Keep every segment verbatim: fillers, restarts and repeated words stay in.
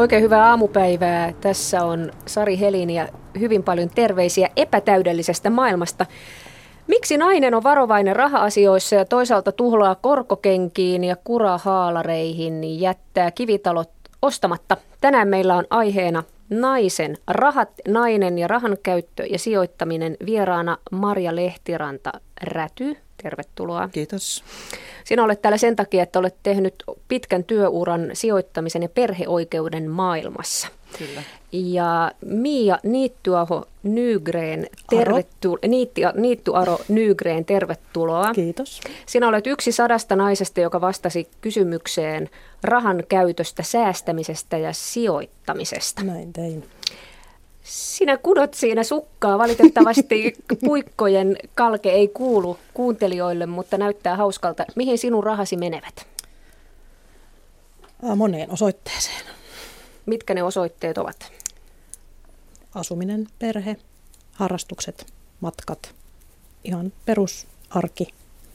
Oikein hyvää aamupäivää. Tässä on Sari Helin ja hyvin paljon terveisiä epätäydellisestä maailmasta. Miksi nainen on varovainen raha-asioissa ja toisaalta tuhlaa korkokenkiin ja kurahaalareihin, niin jättää kivitalot ostamatta? Tänään meillä on aiheena naisen rahat, nainen ja rahan käyttö ja sijoittaminen. Vieraana Marja Lehtiranta Räty. Tervetuloa. Kiitos. Sinä olet täällä sen takia, että olet tehnyt pitkän työuran sijoittamisen ja perheoikeuden maailmassa. Kyllä. Ja Mia Niittyaro Nygren, tervetuloa. Niittyaro Nygren, tervetuloa. Kiitos. Sinä olet yksi sadasta naisesta, joka vastasi kysymykseen rahan käytöstä, säästämisestä ja sijoittamisesta. Näin tein. Sinä kudot siinä sukkaa. Valitettavasti puikkojen kalke ei kuulu kuuntelijoille, mutta näyttää hauskalta. Mihin sinun rahasi menevät? Moneen osoitteeseen. Mitkä ne osoitteet ovat? Asuminen, perhe, harrastukset, matkat, ihan perusarki.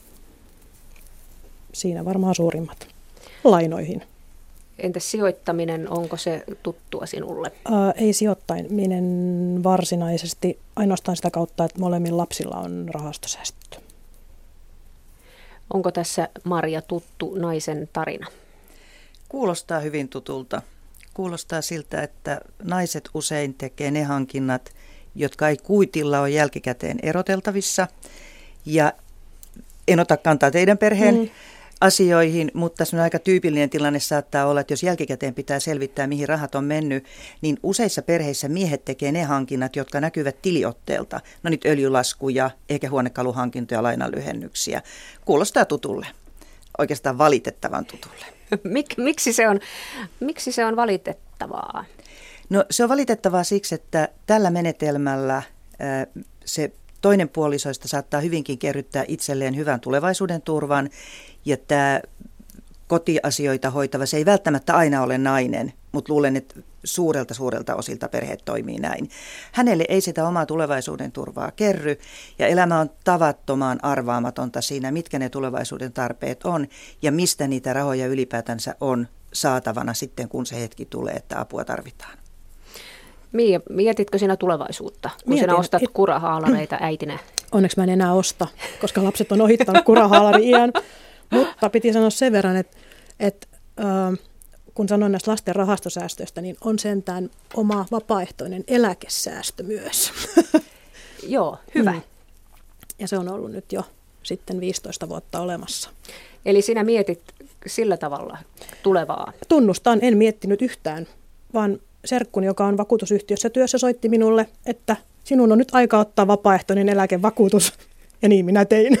Siinä varmaan suurimmat. Lainoihin. Entäs sijoittaminen, onko se tuttua sinulle? Ää, ei sijoittaminen varsinaisesti, ainoastaan sitä kautta, että molemmilla lapsilla on rahastosäästetty. Onko tässä Marja tuttu naisen tarina? Kuulostaa hyvin tutulta. Kuulostaa siltä, että naiset usein tekee ne hankinnat, jotka ei kuitilla ole jälkikäteen eroteltavissa. Ja en ota kantaa teidän perheen mm. asioihin, mutta se on aika tyypillinen tilanne saattaa olla, että jos jälkikäteen pitää selvittää, mihin rahat on mennyt, niin useissa perheissä miehet tekee ne hankinnat, jotka näkyvät tiliotteelta. No nyt öljylaskuja, eikä huonekaluhankintoja, lainanlyhennyksiä. Kuulostaa tutulle, oikeastaan valitettavan tutulle. Mik, miksi, se on, miksi se on valitettavaa? No se on valitettavaa siksi, että tällä menetelmällä ää, se toinen puolisoista saattaa hyvinkin kerryttää itselleen hyvän tulevaisuuden turvan, ja tämä kotiasioita hoitava, se ei välttämättä aina ole nainen, mutta luulen, että suurelta suurelta osilta perheet toimii näin. Hänelle ei sitä omaa tulevaisuuden turvaa kerry, ja elämä on tavattoman arvaamatonta siinä, mitkä ne tulevaisuuden tarpeet on, ja mistä niitä rahoja ylipäätänsä on saatavana sitten, kun se hetki tulee, että apua tarvitaan. Mia, mietitkö sinä tulevaisuutta, kun Mietin. sinä ostat kurahaalareita äitinä? Onneksi mä en enää osta, koska lapset on ohittanut kurahaalari-iän. Mutta piti sanoa sen verran, että, että äh, kun sanoin näistä lasten rahastosäästöistä, niin on sentään oma vapaaehtoinen eläkesäästö myös. Joo, hyvä. Mm. Ja se on ollut nyt jo sitten viisitoista vuotta olemassa. Eli sinä mietit sillä tavalla tulevaa? Tunnustan, en miettinyt yhtään, vaan serkkuni, joka on vakuutusyhtiössä työssä, soitti minulle, että sinun on nyt aika ottaa vapaaehtoinen eläkevakuutus. Ja niin minä tein.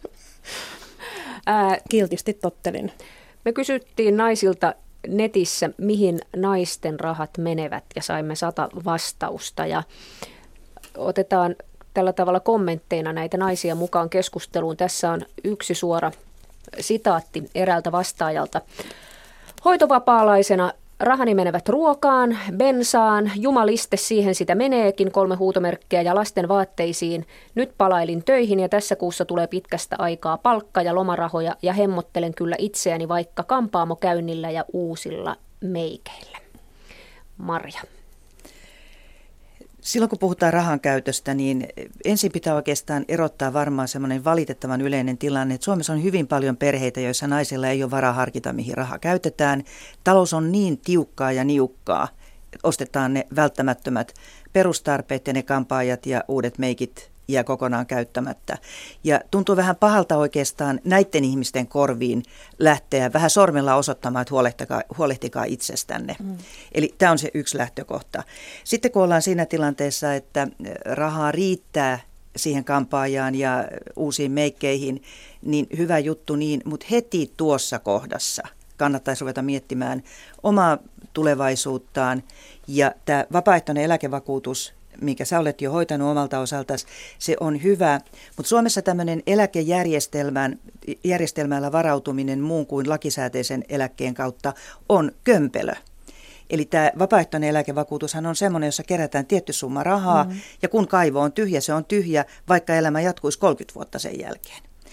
Ää, Kiltisti tottelin. Me kysyttiin naisilta netissä, mihin naisten rahat menevät, ja saimme sata vastausta. Ja otetaan tällä tavalla kommentteina näitä naisia mukaan keskusteluun. Tässä on yksi suora sitaatti eräältä vastaajalta. Hoitovapaalaisena rahani menevät ruokaan, bensaan, jumaliste siihen sitä meneekin, kolme huutomerkkiä ja lasten vaatteisiin. Nyt palailin töihin ja tässä kuussa tulee pitkästä aikaa palkka ja lomarahoja ja hemmottelen kyllä itseäni vaikka kampaamokäynnillä ja uusilla meikeillä. Marja. Silloin kun puhutaan rahan käytöstä, niin ensin pitää oikeastaan erottaa varmaan semmoinen valitettavan yleinen tilanne, että Suomessa on hyvin paljon perheitä, joissa naisilla ei ole varaa harkita, mihin raha käytetään. Talous on niin tiukkaa ja niukkaa, että ostetaan ne välttämättömät perustarpeet ja ne kampaajat ja uudet meikit jää kokonaan käyttämättä. Ja tuntuu vähän pahalta oikeastaan näiden ihmisten korviin lähteä vähän sormella osoittamaan, että huolehtikaa, huolehtikaa itsestänne. Mm. Eli tämä on se yksi lähtökohta. Sitten kun ollaan siinä tilanteessa, että rahaa riittää siihen kampaajaan ja uusiin meikkeihin, niin hyvä juttu niin, mutta heti tuossa kohdassa kannattaisi ruveta miettimään omaa tulevaisuuttaan. Ja tämä vapaaehtoinen eläkevakuutus, minkä sä olet jo hoitanut omalta osaltasi, se on hyvä. Mutta Suomessa tämmöinen eläkejärjestelmän järjestelmällä varautuminen muun kuin lakisääteisen eläkkeen kautta on kömpelö. Eli tämä vapaaehtoinen eläkevakuutushan on semmoinen, jossa kerätään tietty summa rahaa, mm-hmm. ja kun kaivo on tyhjä, se on tyhjä, vaikka elämä jatkuisi kolmekymmentä vuotta sen jälkeen.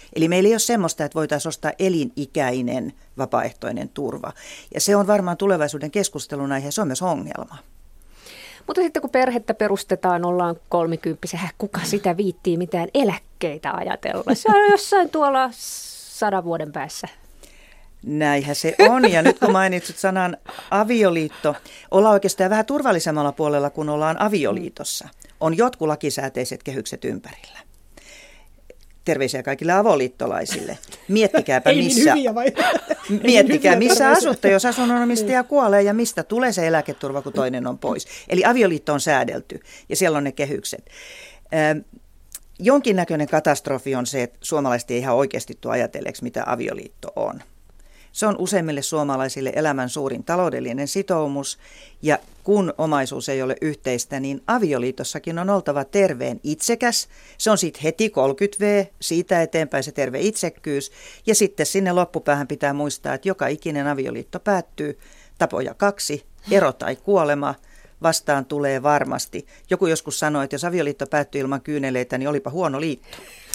Eli meillä ei ole semmoista, että voitaisiin ostaa elinikäinen vapaaehtoinen turva. Ja se on varmaan tulevaisuuden keskustelun aihe, se on myös ongelma. Mutta sitten kun perhettä perustetaan, ollaan kolmikymppisiä, kuka sitä viittii mitään eläkkeitä ajatella? Se on jossain tuolla sadan vuoden päässä. Näinhän se on. Ja nyt kun mainitsit sanan avioliitto, ollaan oikeastaan vähän turvallisemmalla puolella, kun ollaan avioliitossa. On jotkut lakisääteiset kehykset ympärillä. Terveisiä kaikille avoliittolaisille. Miettikääpä missä, niin vai? miettikää, missä asutte, jos asunnonomistaja kuolee ja mistä tulee se eläketurva, kun toinen on pois. Eli avioliitto on säädelty ja siellä on ne kehykset. Ähm, jonkinnäköinen katastrofi on se, että suomalaiset ei ihan oikeasti tuo ajatelleeksi, mitä avioliitto on. Se on useimmille suomalaisille elämän suurin taloudellinen sitoumus, ja kun omaisuus ei ole yhteistä, niin avioliitossakin on oltava terveen itsekäs. Se on sitten heti kolmekymmentä vuotta, siitä eteenpäin se terve itsekkyys, ja sitten sinne loppupäähän pitää muistaa, että joka ikinen avioliitto päättyy tapoja kaksi, ero tai kuolema, vastaan tulee varmasti. Joku joskus sanoi, että jos avioliitto päättyy ilman kyyneleitä, niin olipa huono liitto.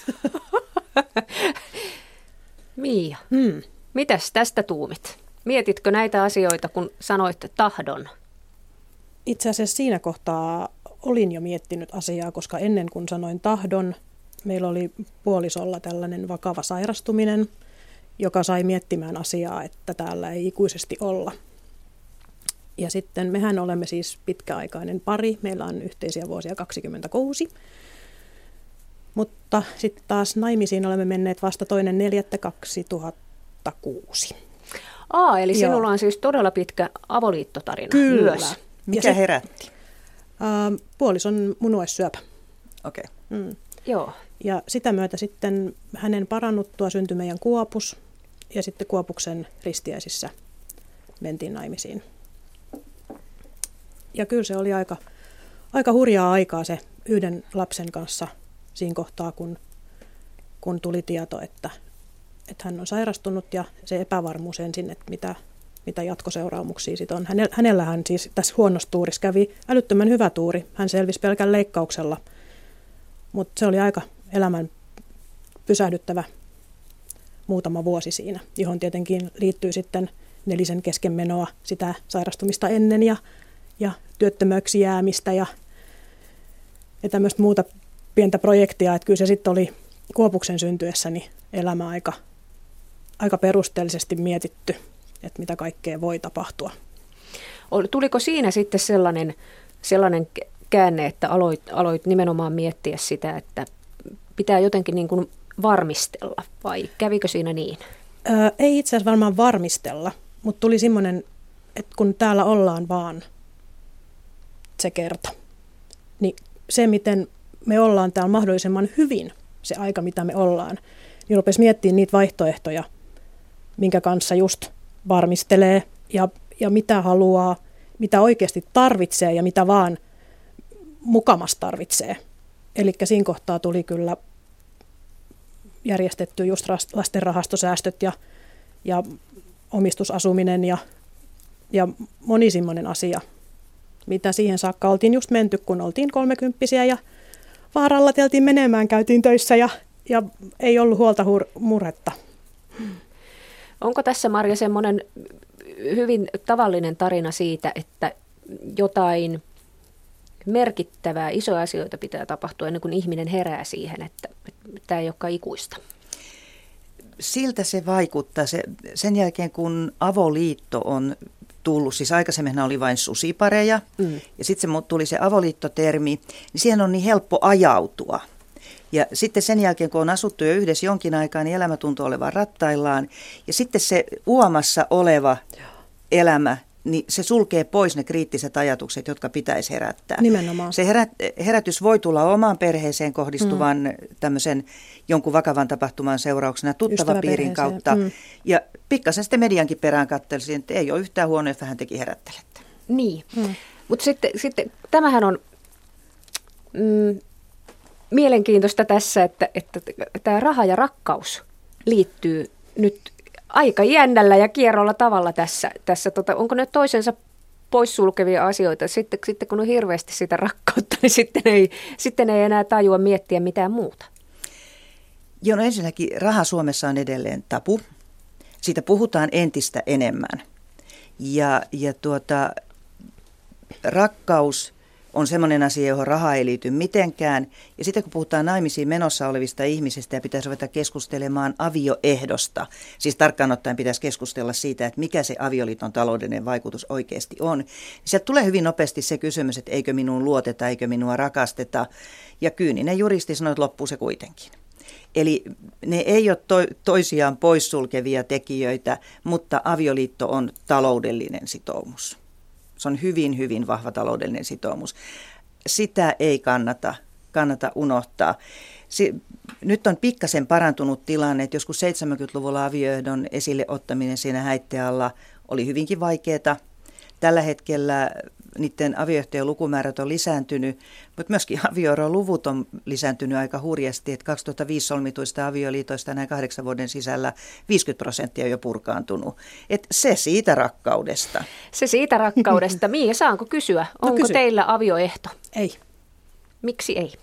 Miia. Hmm. Mitäs tästä tuumit? Mietitkö näitä asioita, kun sanoit tahdon? Itse asiassa siinä kohtaa olin jo miettinyt asiaa, koska ennen kuin sanoin tahdon, meillä oli puolisolla tällainen vakava sairastuminen, joka sai miettimään asiaa, että täällä ei ikuisesti olla. Ja sitten mehän olemme siis pitkäaikainen pari, meillä on yhteisiä vuosia kaksikymmentäkuusi. Mutta sitten taas naimisiin olemme menneet vasta toinen neljättä kaksituhattakuusi. Aa, eli Joo. sinulla on siis todella pitkä avoliittotarina Kyllä. myös. Mikä se, herätti? Äh, puolison munuaissyöpä. Okei. Okay. Mm. Joo. Ja sitä myötä sitten hänen parannuttua syntyi meidän Kuopus, ja sitten Kuopuksen ristiäisissä mentiin naimisiin. Ja kyllä se oli aika, aika hurjaa aikaa se yhden lapsen kanssa siinä kohtaa, kun, kun tuli tieto, että, että hän on sairastunut, ja se epävarmuus ensin, että mitä, mitä jatkoseuraamuksia sitten on. Hänellä, hänellähän siis tässä huonossa tuurissa kävi älyttömän hyvä tuuri. Hän selvisi pelkän leikkauksella, mutta se oli aika elämän pysähdyttävä muutama vuosi siinä, johon tietenkin liittyy sitten nelisen keskenmenoa, sitä sairastumista ennen ja, ja työttömyyksi jäämistä ja, ja tämmöistä muuta pientä projektia, että kyllä se sitten oli Kuopuksen syntyessäni elämä aika, aika perusteellisesti mietitty, että mitä kaikkea voi tapahtua. Tuliko siinä sitten sellainen, sellainen käänne, että aloit, aloit nimenomaan miettiä sitä, että pitää jotenkin niin kuin varmistella, vai kävikö siinä niin? Öö, ei itse asiassa varmaan varmistella, mutta tuli semmoinen, että kun täällä ollaan vaan se kerta, niin se, miten me ollaan täällä mahdollisimman hyvin, se aika, mitä me ollaan, niin rupesi miettimään niitä vaihtoehtoja, minkä kanssa just varmistelee ja, ja mitä haluaa, mitä oikeasti tarvitsee ja mitä vaan mukamas tarvitsee. Eli siinä kohtaa tuli kyllä järjestetty just lastenrahastosäästöt ja, ja omistusasuminen ja, ja moni semmoinen asia, mitä siihen saakka oltiin just menty, kun oltiin kolmekymppisiä ja vaaralla teltiin menemään, käytiin töissä ja, ja ei ollut huolta hur- murhetta. Onko tässä, Marja, semmoinen hyvin tavallinen tarina siitä, että jotain merkittävää, isoja asioita pitää tapahtua ennen kuin ihminen herää siihen, että, että tämä ei olekaan ikuista? Siltä se vaikuttaa. Se, sen jälkeen, kun avoliitto on tullut, siis aikaisemmin oli vain susipareja, mm. ja sitten se tuli se avoliittotermi, niin siihen on niin helppo ajautua. Ja sitten sen jälkeen, kun on asuttu jo yhdessä jonkin aikaa, niin elämä tuntuu olevan rattaillaan. Ja sitten se uomassa oleva elämä, niin se sulkee pois ne kriittiset ajatukset, jotka pitäisi herättää. Nimenomaan. Se herät, herätys voi tulla omaan perheeseen kohdistuvan mm. tämmöisen jonkun vakavan tapahtuman seurauksena tuttavapiirin kautta. Mm. Ja pikkasen sitten mediankin perään katselisin, että ei ole yhtään huono, jos vähän teki herättelette. Niin, mm. mutta sitten, sitten tämähän on mm, mielenkiintoista tässä, että, että tämä raha ja rakkaus liittyy nyt aika jännällä ja kierrolla tavalla tässä. tässä tota, onko ne toisensa poissulkevia asioita? Sitten, sitten kun on hirveästi sitä rakkautta, niin sitten ei, sitten ei enää tajua miettiä mitään muuta. Joo, no ensinnäkin raha Suomessa on edelleen tabu. Siitä puhutaan entistä enemmän. Ja, ja tuota, rakkaus on semmoinen asia, johon raha ei liity mitenkään. Ja sitten kun puhutaan naimisiin menossa olevista ihmisistä ja pitäisi ruveta keskustelemaan avioehdosta, siis tarkkaan ottaen pitäisi keskustella siitä, että mikä se avioliiton taloudellinen vaikutus oikeasti on. Niin sieltä tulee hyvin nopeasti se kysymys, että eikö minuun luoteta, eikö minua rakasteta. Ja kyyninen juristi sanoo, että loppuu se kuitenkin. Eli ne ei ole to- toisiaan poissulkevia tekijöitä, mutta avioliitto on taloudellinen sitoumus. Se on hyvin, hyvin vahva taloudellinen sitoumus. Sitä ei kannata, kannata unohtaa. Si- Nyt on pikkasen parantunut tilanne, että joskus seitsemänkymmentäluvulla avioehdon esille ottaminen siinä häitteen alla oli hyvinkin vaikeaa. Tällä hetkellä niiden avioehtojen lukumäärät on lisääntynyt, mutta myöskin avioeroluvut on lisääntynyt aika hurjasti, että kaksituhattaviisi solmituista avioliitoista näin kahdeksan vuoden sisällä viisikymmentä prosenttia on jo purkaantunut. Et se siitä rakkaudesta. Se siitä rakkaudesta. Miia, saanko kysyä, onko no kysy. teillä avioehto? Ei. Miksi ei?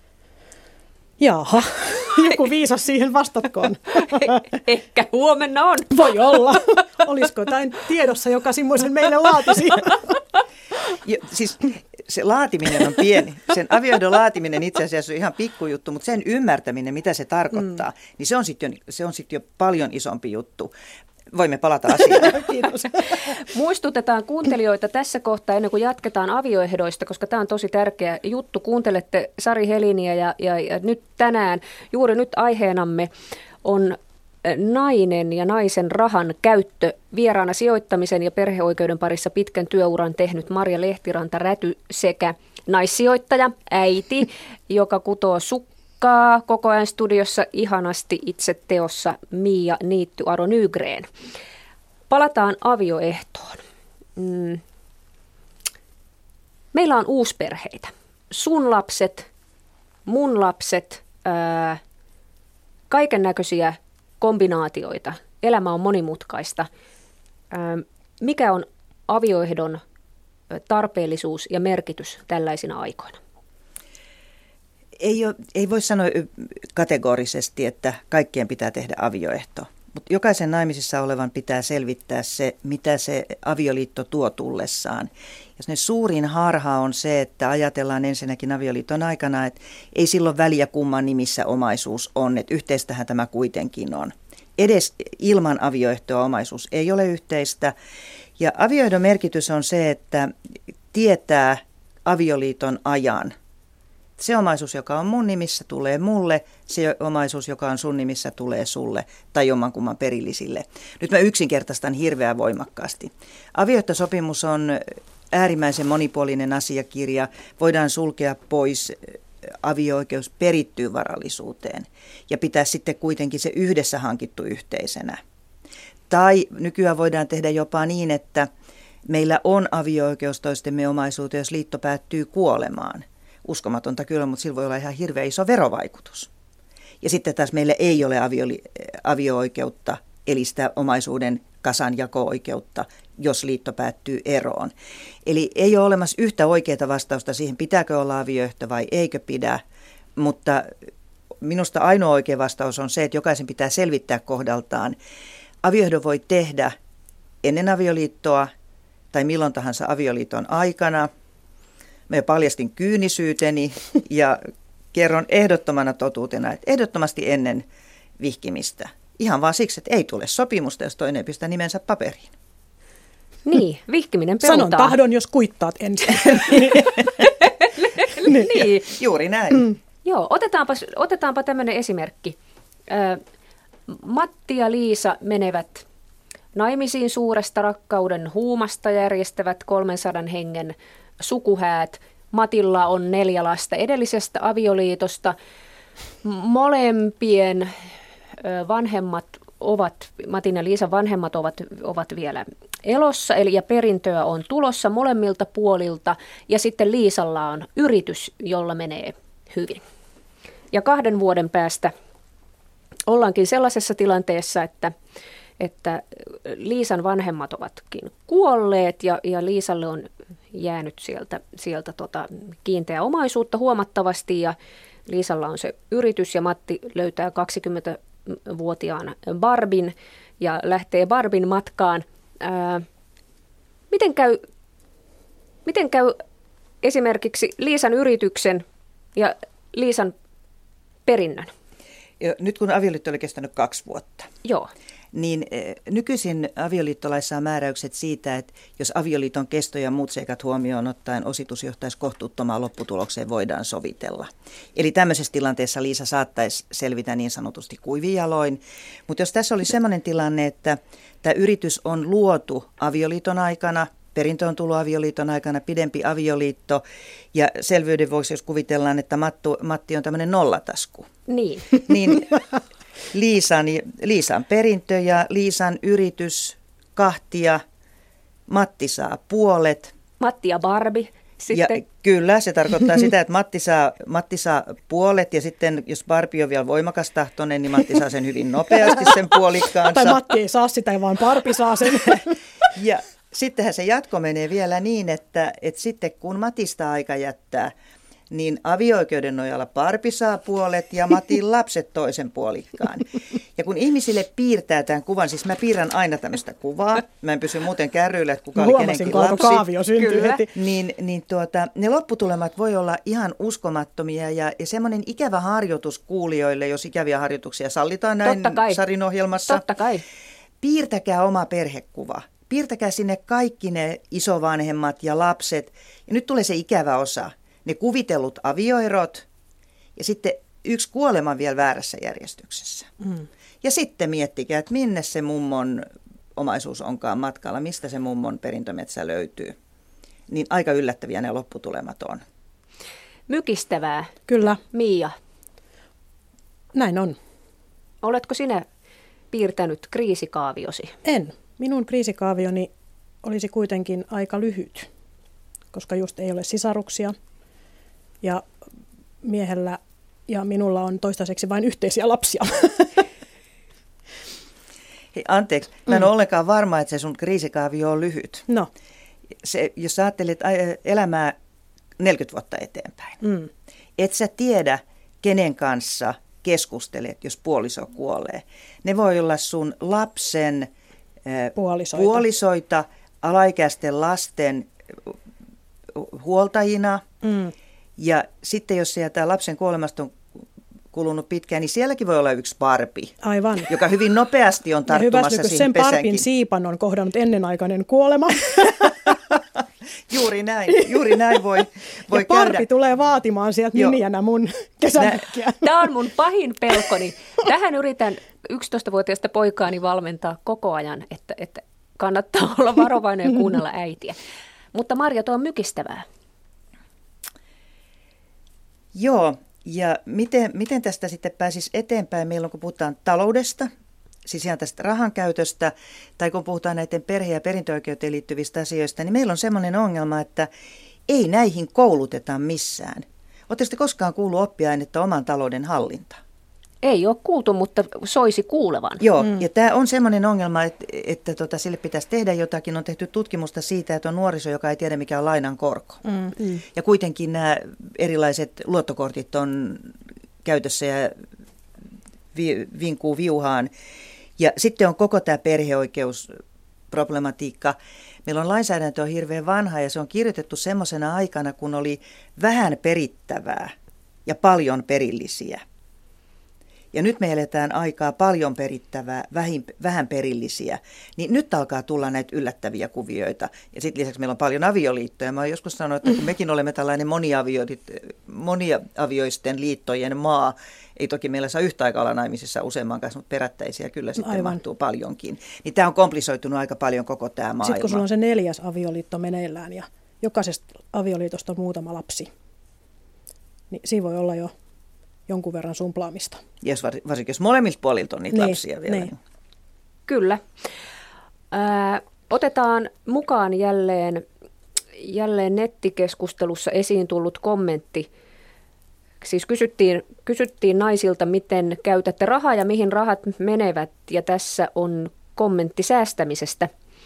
Jaha, joku viisas siihen vastatkoon. Ehkä huomenna on. Voi olla. Olisiko jotain tiedossa, joka semmoisen meille laatisi? Jo, siis se laatiminen on pieni. Sen avioehdon laatiminen itse asiassa on ihan pikkujuttu, mutta sen ymmärtäminen, mitä se tarkoittaa, mm. niin se on sitten jo, sit jo paljon isompi juttu. Voimme palata asiaan. Kiitos. Muistutetaan kuuntelijoita tässä kohtaa ennen kuin jatketaan avioehdoista, koska tämä on tosi tärkeä juttu. Kuuntelette Sari Heliniä ja, ja, ja nyt tänään, juuri nyt aiheenamme on nainen ja naisen rahan käyttö. Vieraana sijoittamisen ja perheoikeuden parissa pitkän työuran tehnyt Marja Lehtiranta-Räty sekä naissijoittaja, äiti, joka kutoo sukkaa koko ajan studiossa ihanasti itse teossa Miia Niitty-Aro Nygren. Palataan avioehtoon. Mm. Meillä on uusperheitä. Sun lapset, mun lapset, ää, kaiken näköisiä kombinaatioita. Elämä on monimutkaista. Mikä on avioehdon tarpeellisuus ja merkitys tällaisina aikoina? Ei, ole, ei voi sanoa kategorisesti, että kaikkien pitää tehdä avioehto. Mutta jokaisen naimisissa olevan pitää selvittää se, mitä se avioliitto tuo tullessaan. Ja se suurin harha on se, että ajatellaan ensinnäkin avioliiton aikana, että ei silloin väliä kumman nimissä omaisuus on, että yhteistähän tämä kuitenkin on. Edes ilman avioehtoa omaisuus ei ole yhteistä. Ja avioehdon merkitys on se, että tietää avioliiton ajan. Se omaisuus, joka on mun nimissä, tulee mulle. Se omaisuus, joka on sun nimissä, tulee sulle tai jommankumman perillisille. Nyt mä yksinkertaistan hirveän voimakkaasti. Avioehtosopimus on äärimmäisen monipuolinen asiakirja. Voidaan sulkea pois avio-oikeus perittyyn varallisuuteen ja pitää sitten kuitenkin se yhdessä hankittu yhteisenä. Tai nykyään voidaan tehdä jopa niin, että meillä on avio-oikeus toistemme omaisuuteen, jos liitto päättyy kuolemaan. Uskomatonta kyllä, mutta sillä voi olla ihan hirveän iso verovaikutus. Ja sitten taas meillä ei ole avio- avio-oikeutta, eli sitä omaisuuden kasanjako-oikeutta, jos liitto päättyy eroon. Eli ei ole olemassa yhtä oikeaa vastausta siihen, pitääkö olla avioehto vai eikö pidä, mutta minusta ainoa oikea vastaus on se, että jokaisen pitää selvittää kohdaltaan. Avioehdon voi tehdä ennen avioliittoa tai milloin tahansa avioliiton aikana. Mä paljastin kyynisyyteni ja kerron ehdottomana totuutena, että ehdottomasti ennen vihkimistä. Ihan vaan siksi, että ei tule sopimusta, jos toinen pistää nimensä paperiin. Niin, vihkiminen perutaan. Sanon tahdon, jos kuittaat ensin. niin. niin. Juuri näin. Mm. Joo, otetaanpa, otetaanpa tämmöinen esimerkki. Matti ja Liisa menevät naimisiin suuresta rakkauden huumasta, järjestävät kolmensadan hengen sukuhäät. Matilla on neljä lasta edellisestä avioliitosta. Molempien vanhemmat ovat, Matin ja Liisan vanhemmat ovat, ovat vielä elossa, eli ja perintöä on tulossa molemmilta puolilta, ja sitten Liisalla on yritys, jolla menee hyvin. Ja kahden vuoden päästä ollaankin sellaisessa tilanteessa, että, että Liisan vanhemmat ovatkin kuolleet, ja, ja Liisalle on jäänyt sieltä, sieltä tota kiinteä omaisuutta huomattavasti, ja Liisalla on se yritys ja Matti löytää kaksikymmentävuotiaan Barbin ja lähtee Barbin matkaan. Ää, miten käy, miten käy esimerkiksi Liisan yrityksen ja Liisan perinnön? Nyt kun avioliitto oli kestänyt kaksi vuotta, Joo. niin nykyisin avioliittolaissa on määräykset siitä, että jos avioliiton kesto ja muut seikat huomioon ottaen ositus johtaisi kohtuuttomaan lopputulokseen, voidaan sovitella. Eli tämmöisessä tilanteessa Liisa saattaisi selvitä niin sanotusti kuivin jaloin. Mutta jos tässä oli sellainen tilanne, että tämä yritys on luotu avioliiton aikana, perintö on tullut avioliiton aikana, pidempi avioliitto, ja selvyyden vuoksi, jos kuvitellaan, että Mattu, Matti on tämmöinen nollatasku. Niin. Niin Liisan, Liisan perintö ja Liisan yritys kahtia, Matti saa puolet. Matti ja Barbie sitten. Ja kyllä, se tarkoittaa sitä, että Matti saa, Matti saa puolet ja sitten jos Barbie on vielä voimakastahtoinen, niin Matti saa sen hyvin nopeasti sen puolikkaansa. Tai Matti ei saa sitä, vaan Barbie saa sen. Ja sittenhän se jatko menee vielä niin, että, että sitten kun Matista aika jättää, niin avio-oikeuden nojalla Barbie saa puolet ja Matin lapset toisen puolikkaan. Ja kun ihmisille piirtää tämän kuvan, siis mä piirrän aina tämmöistä kuvaa, mä en pysy muuten kärryillä, että kuka oli kenenkin lapsi. Kaavio syntyy heti. Niin, niin tuota, ne lopputulemat voi olla ihan uskomattomia ja, ja semmoinen ikävä harjoitus kuulijoille, jos ikäviä harjoituksia sallitaan näin Sarin ohjelmassa. Totta kai. Piirtäkää oma perhekuva. Piirtäkää sinne kaikki ne isovanhemmat ja lapset. Ja nyt tulee se ikävä osa. Ne kuvitellut avioerot ja sitten yksi kuolema vielä väärässä järjestyksessä. Mm. Ja sitten miettikää, että minne se mummon omaisuus onkaan matkalla, mistä se mummon perintömetsä löytyy. Niin aika yllättäviä ne lopputulemat on. Mykistävää. Kyllä. Miia. Näin on. Oletko sinä piirtänyt kriisikaaviosi? En. Minun kriisikaavioni olisi kuitenkin aika lyhyt, koska just ei ole sisaruksia. Ja miehellä ja minulla on toistaiseksi vain yhteisiä lapsia. Hei, anteeksi, mä en mm. ole ollenkaan varma, että se sun kriisikaavio on lyhyt. No. Se, jos sä ajattelet elämää neljäkymmentä vuotta eteenpäin, mm. et sä tiedä, kenen kanssa keskustelet, jos puoliso kuolee. Ne voi olla sun lapsen puolisoita, puolisoita alaikäisten lasten huoltajina. Mm. Ja sitten jos sieltä lapsen kuolemasta on kulunut pitkään, niin sielläkin voi olla yksi Barbie. Aivan. Joka hyvin nopeasti on tarttumassa siihen sen pesänkin. Barbin siipan on kohdannut ennenaikainen kuolema. Juuri näin, juuri näin voi, voi ja Barbie käydä. tulee vaatimaan sieltä miniänä mun kesämökkiä. Tämä on mun pahin pelkoni. Tähän yritän yksitoistavuotiaista poikaani valmentaa koko ajan, että, että kannattaa olla varovainen ja kuunnella äitiä. Mutta Marja, tuo on mykistävää. Joo, ja miten, miten tästä sitten pääsisi eteenpäin? Meillä on, kun puhutaan taloudesta, siis ihan tästä rahan käytöstä, tai kun puhutaan näiden perhe- ja perintöoikeuteen liittyvistä asioista, niin meillä on semmoinen ongelma, että ei näihin kouluteta missään. Oletteko te koskaan kuullut oppiainetta oman talouden hallinta? Ei ole kuultu, mutta soisi kuulevan. Joo, mm. ja tämä on semmoinen ongelma, että, että tota, sille pitäisi tehdä jotakin. On tehty tutkimusta siitä, että on nuoriso, joka ei tiedä, mikä on lainan korko. Mm. Mm. Ja kuitenkin nämä erilaiset luottokortit on käytössä ja vi, vinkuu viuhaan. Ja sitten on koko tämä perheoikeusproblematiikka. Meillä on lainsäädäntö on hirveän vanha ja se on kirjoitettu semmoisena aikana, kun oli vähän perittävää ja paljon perillisiä. Ja nyt me eletään aikaa paljon perittävää, vähin, vähän perillisiä, niin nyt alkaa tulla näitä yllättäviä kuvioita. Ja sitten lisäksi meillä on paljon avioliittoja. Mä oon joskus sanonut, että kun mekin olemme tällainen moniavioisten liittojen maa, ei toki meillä saa yhtä aikaa olla naimisissa useamman kanssa, mutta perättäisiä kyllä sitten Aivan. mahtuu paljonkin. Niin tämä on komplisoitunut aika paljon koko tämä maailma. Sitten kun sulla on se neljäs avioliitto meneillään ja jokaisesta avioliitosta on muutama lapsi, niin siinä voi olla jo jonkun verran sumplaamista. Yes, varsinkin jos molemmilta puolilta on niitä niin, lapsia vielä. Niin. Kyllä. Ää, otetaan mukaan jälleen, jälleen nettikeskustelussa esiin tullut kommentti. Siis kysyttiin, kysyttiin naisilta, miten käytätte rahaa ja mihin rahat menevät. Ja tässä on kommentti säästämisestä.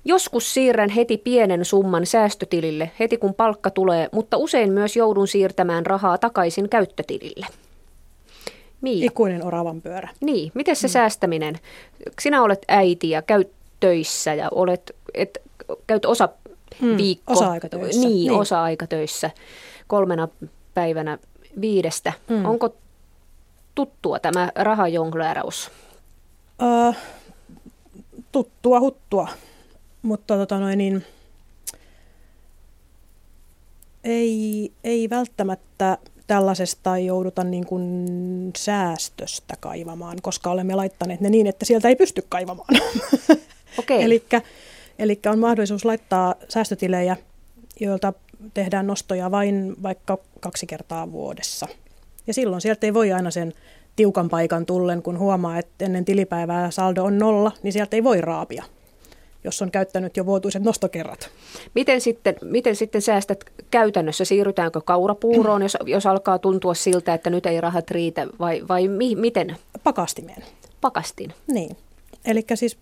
Joskus siirrän heti pienen summan säästötilille, heti kun palkka tulee, mutta usein myös joudun siirtämään rahaa takaisin käyttötilille. Miia. Ikuinen oravan pyörä. Niin, miten se mm. säästäminen? Sinä olet äiti ja käyt töissä ja olet, et, käyt osa mm, viikko. Osa-aikatöissä. Niin, niin. osa-aikatöissä kolmena päivänä viidestä. Mm. Onko tuttua tämä rahajonglääraus? Uh, tuttua huttua, mutta tota noin, niin, ei, ei välttämättä tällaisesta jouduta niin kuin säästöstä kaivamaan, koska olemme laittaneet ne niin, että sieltä ei pysty kaivamaan. Okay. Elikkä, elikkä on mahdollisuus laittaa säästötilejä, joilta tehdään nostoja vain vaikka kaksi kertaa vuodessa. Ja silloin sieltä ei voi aina sen tiukan paikan tullen, kun huomaa, että ennen tilipäivää saldo on nolla, niin sieltä ei voi raapia, jos on käyttänyt jo vuotuiset nostokerrat. Miten sitten, miten sitten säästät käytännössä? Siirrytäänkö kaurapuuroon, jos, jos alkaa tuntua siltä, että nyt ei rahat riitä, vai, vai mi, miten? Pakastimeen. Pakastin. Niin. Eli siis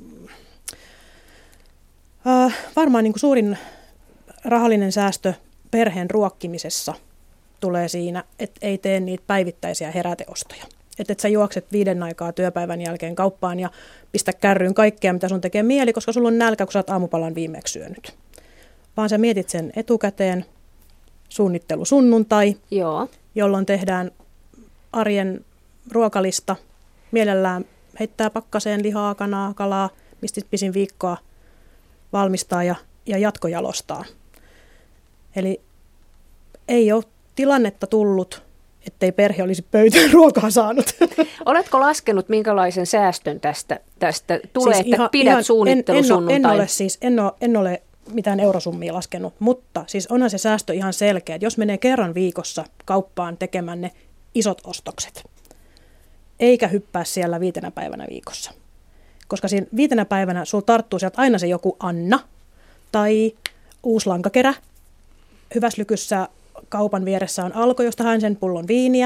äh, varmaan niin kuin suurin rahallinen säästö perheen ruokkimisessa tulee siinä, että ei tee niitä päivittäisiä heräteostoja. Että et sä juokset viiden aikaa työpäivän jälkeen kauppaan ja pistä kärryyn kaikkea, mitä sun tekee mieli, koska sulla on nälkä, kun sä oot aamupalan viimeksi syönyt. Vaan sä mietit sen etukäteen, suunnittelu sunnuntai, Joo. jolloin tehdään arjen ruokalista. Mielellään heittää pakkaseen lihaa, kanaa, kalaa, mistä pisin viikkoa valmistaa ja, ja jatkojalostaa. Eli ei ole tilannetta tullut, ettei perhe olisi pöytään ruokaa saanut. Oletko laskenut, minkälaisen säästön tästä, tästä tulee, siis että ihan, pidät ihan, suunnittelusunnuntai? En, en, ole siis, en, ole, en ole mitään eurosummia laskenut, mutta siis onhan se säästö ihan selkeä. Jos menee kerran viikossa kauppaan tekemään ne isot ostokset, eikä hyppää siellä viitenä päivänä viikossa. Koska siinä viitenä päivänä sulla tarttuu sieltä aina se joku Anna tai uusi lankakerä. Hyväslykyssä kaupan vieressä on Alko, josta haen sen pullon viiniä,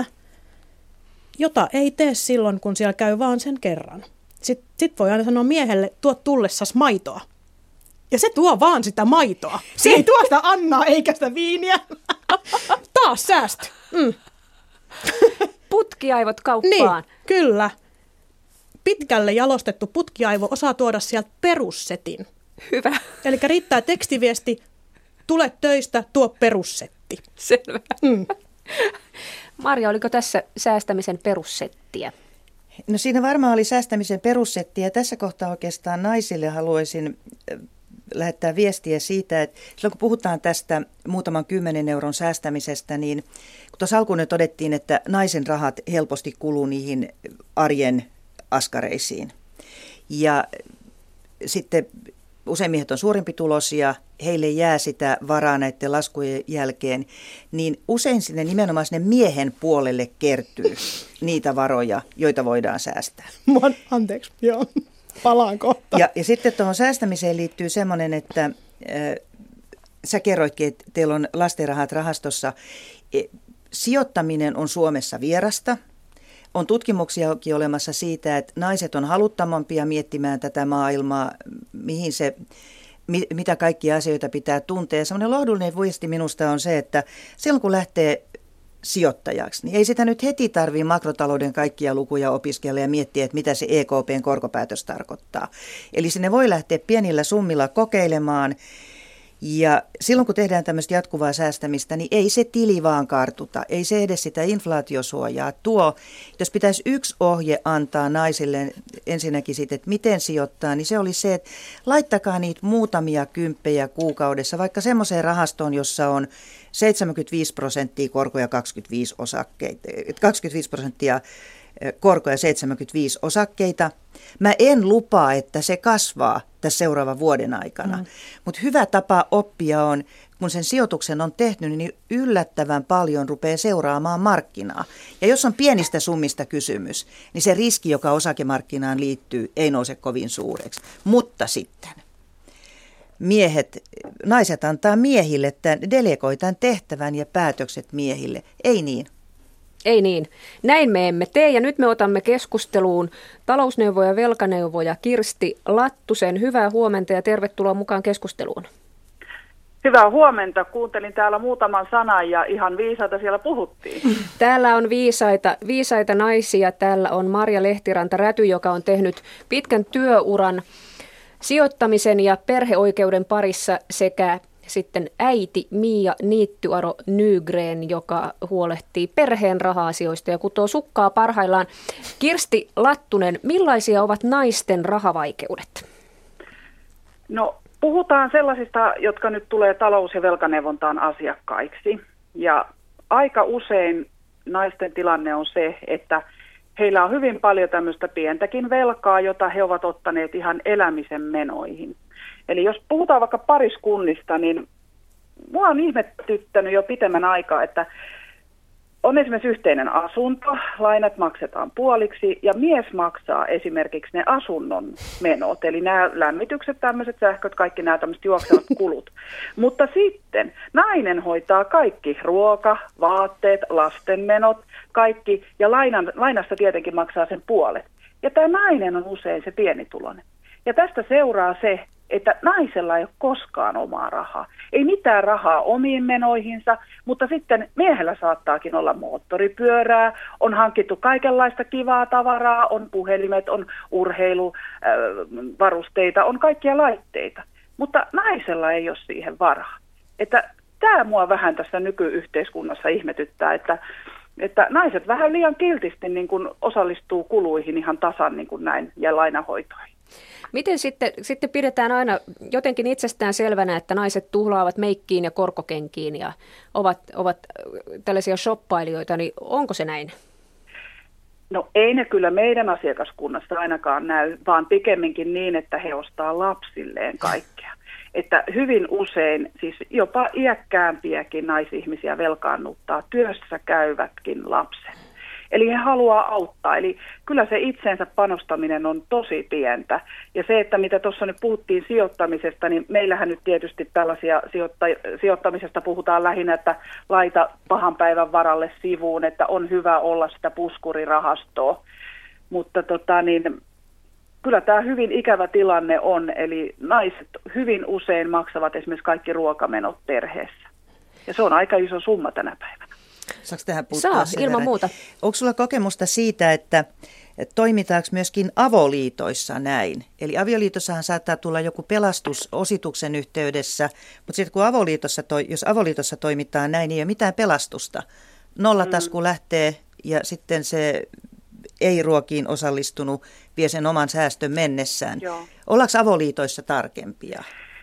jota ei tee silloin, kun siellä käy vaan sen kerran. Sitten sit voi aina sanoa miehelle, tuo tullessas maitoa. Ja se tuo vaan sitä maitoa. Se ei tuo sitä Annaa eikä sitä viiniä. Taas säästö. Mm. Putkiaivot kauppaan. Niin, kyllä. Pitkälle jalostettu putkiaivo osaa tuoda sieltä perussetin. Hyvä. Eli riittää tekstiviesti, tule töistä, tuo perussetti. Selvä. Mm. Marja, oliko tässä säästämisen perussettiä? No siinä varmaan oli säästämisen perussetti ja tässä kohtaa oikeastaan naisille haluaisin lähettää viestiä siitä, että silloin kun puhutaan tästä muutaman kymmenen euron säästämisestä, niin kun tuossa alkuun jo todettiin, että naisen rahat helposti kuluu niihin arjen askareisiin. Ja sitten usein miehet on suurempi tulosia, heille jää sitä varaa näiden laskujen jälkeen, niin usein sinne nimenomaan sinne miehen puolelle kertyy niitä varoja, joita voidaan säästää. Anteeksi, joo, palaan kohta. Ja, ja sitten tuohon säästämiseen liittyy semmoinen, että äh, sä kerroitkin, että teillä on lastenrahat rahastossa. E, sijoittaminen on Suomessa vierasta. On tutkimuksiakin olemassa siitä, että naiset on haluttamampia miettimään tätä maailmaa, mihin se, mi, mitä kaikkia asioita pitää tuntea. Sellainen lohdullinen viesti minusta on se, että silloin kun lähtee sijoittajaksi, niin ei sitä nyt heti tarvitse makrotalouden kaikkia lukuja opiskella ja miettiä, että mitä se E K P:n korkopäätös tarkoittaa. Eli sinne voi lähteä pienillä summilla kokeilemaan. Ja silloin kun tehdään tämmöistä jatkuvaa säästämistä, niin ei se tili vaan kartuta, ei se edes sitä inflaatiosuojaa tuo. Jos pitäisi yksi ohje antaa naisille ensinnäkin siitä, että miten sijoittaa, niin se oli se, että laittakaa niitä muutamia kymppejä kuukaudessa, vaikka semmoiseen rahastoon, jossa on seitsemänkymmentäviisi prosenttia korkoja kaksikymmentäviisi osakkeita, kaksikymmentäviisi prosenttia korkoja seitsemänkymmentäviisi osakkeita. Mä en lupaa, että se kasvaa tässä seuraavan vuoden aikana, mm. mutta hyvä tapa oppia on, kun sen sijoituksen on tehnyt, niin yllättävän paljon rupeaa seuraamaan markkinaa. Ja jos on pienistä summista kysymys, niin se riski, joka osakemarkkinaan liittyy, ei nouse kovin suureksi. Mutta sitten miehet, naiset antaa miehille, että delegoi tämän tehtävän ja päätökset miehille. Ei niin. Ei niin. Näin me emme tee ja nyt me otamme keskusteluun talousneuvoja ja velkaneuvoja Kirsti Lattusen. Hyvää huomenta ja tervetuloa mukaan keskusteluun. Hyvää huomenta. Kuuntelin täällä muutaman sanan ja ihan viisaita siellä puhuttiin. Täällä on viisaita, viisaita naisia. Täällä on Marja Lehtiranta-Räty, joka on tehnyt pitkän työuran sijoittamisen ja perheoikeuden parissa sekä sitten äiti Mia Niittyaro Nygren, joka huolehtii perheen raha-asioista ja kutoo sukkaa parhaillaan. Kirsti Lattunen, millaisia ovat naisten rahavaikeudet? No puhutaan sellaisista, jotka nyt tulee talous- ja velkaneuvontaan asiakkaiksi. Ja aika usein naisten tilanne on se, että heillä on hyvin paljon tämmöistä pientäkin velkaa, jota he ovat ottaneet ihan elämisen menoihin. Eli jos puhutaan vaikka pariskunnista, niin mua on ihmetyttänyt jo pitemmän aikaa, että on esimerkiksi yhteinen asunto, lainat maksetaan puoliksi ja mies maksaa esimerkiksi ne asunnon menot, eli nämä lämmitykset, tämmöiset sähköt, kaikki nämä tämmöiset juoksevat kulut. Mutta sitten nainen hoitaa kaikki, ruoka, vaatteet, lasten menot, kaikki ja lainan, lainasta tietenkin maksaa sen puolet. Ja tämä nainen on usein se pienituloinen. Ja tästä seuraa se, että naisella ei ole koskaan omaa rahaa. Ei mitään rahaa omiin menoihinsa, mutta sitten miehellä saattaakin olla moottoripyörää, on hankittu kaikenlaista kivaa tavaraa, on puhelimet, on urheiluvarusteita, on kaikkia laitteita. Mutta naisella ei ole siihen varaa. Että tämä mua vähän tässä nykyyhteiskunnassa ihmetyttää, että, että naiset vähän liian kiltisti niin kuin osallistuu kuluihin ihan tasan niin kuin näin ja lainahoitoihin. Miten sitten, sitten pidetään aina jotenkin itsestään selvänä, että naiset tuhlaavat meikkiin ja korkokenkiin ja ovat, ovat tällaisia shoppailijoita, niin onko se näin? No ei ne kyllä meidän asiakaskunnasta ainakaan näy, vaan pikemminkin niin, että he ostaa lapsilleen kaikkea. Että hyvin usein, siis jopa iäkkäämpiäkin naisihmisiä velkaannuttaa työssä käyvätkin lapset. Eli he haluaa auttaa. Eli kyllä se itsensä panostaminen on tosi pientä. Ja se, että mitä tuossa nyt puhuttiin sijoittamisesta, niin meillähän nyt tietysti tällaisia sijoitta- sijoittamisesta puhutaan lähinnä, että laita pahan päivän varalle sivuun, että on hyvä olla sitä puskurirahastoa. Mutta tota niin, kyllä tämä hyvin ikävä tilanne on. Eli naiset hyvin usein maksavat esimerkiksi kaikki ruokamenot perheessä. Ja se on aika iso summa tänä päivänä. Saanko tähän puuttua Saa, sen ilman verran? muuta. Onko sulla kokemusta siitä, että toimitaanko myöskin avoliitoissa näin? Eli avioliitossahan saattaa tulla joku pelastus osituksen yhteydessä, mutta sitten kun avoliitossa, toi, jos avoliitossa toimitaan näin, niin ei ole mitään pelastusta. Nollatasku mm. lähtee ja sitten se ei-ruokiin osallistunut vie sen oman säästön mennessään. Joo. Ollaanko avoliitoissa tarkempia?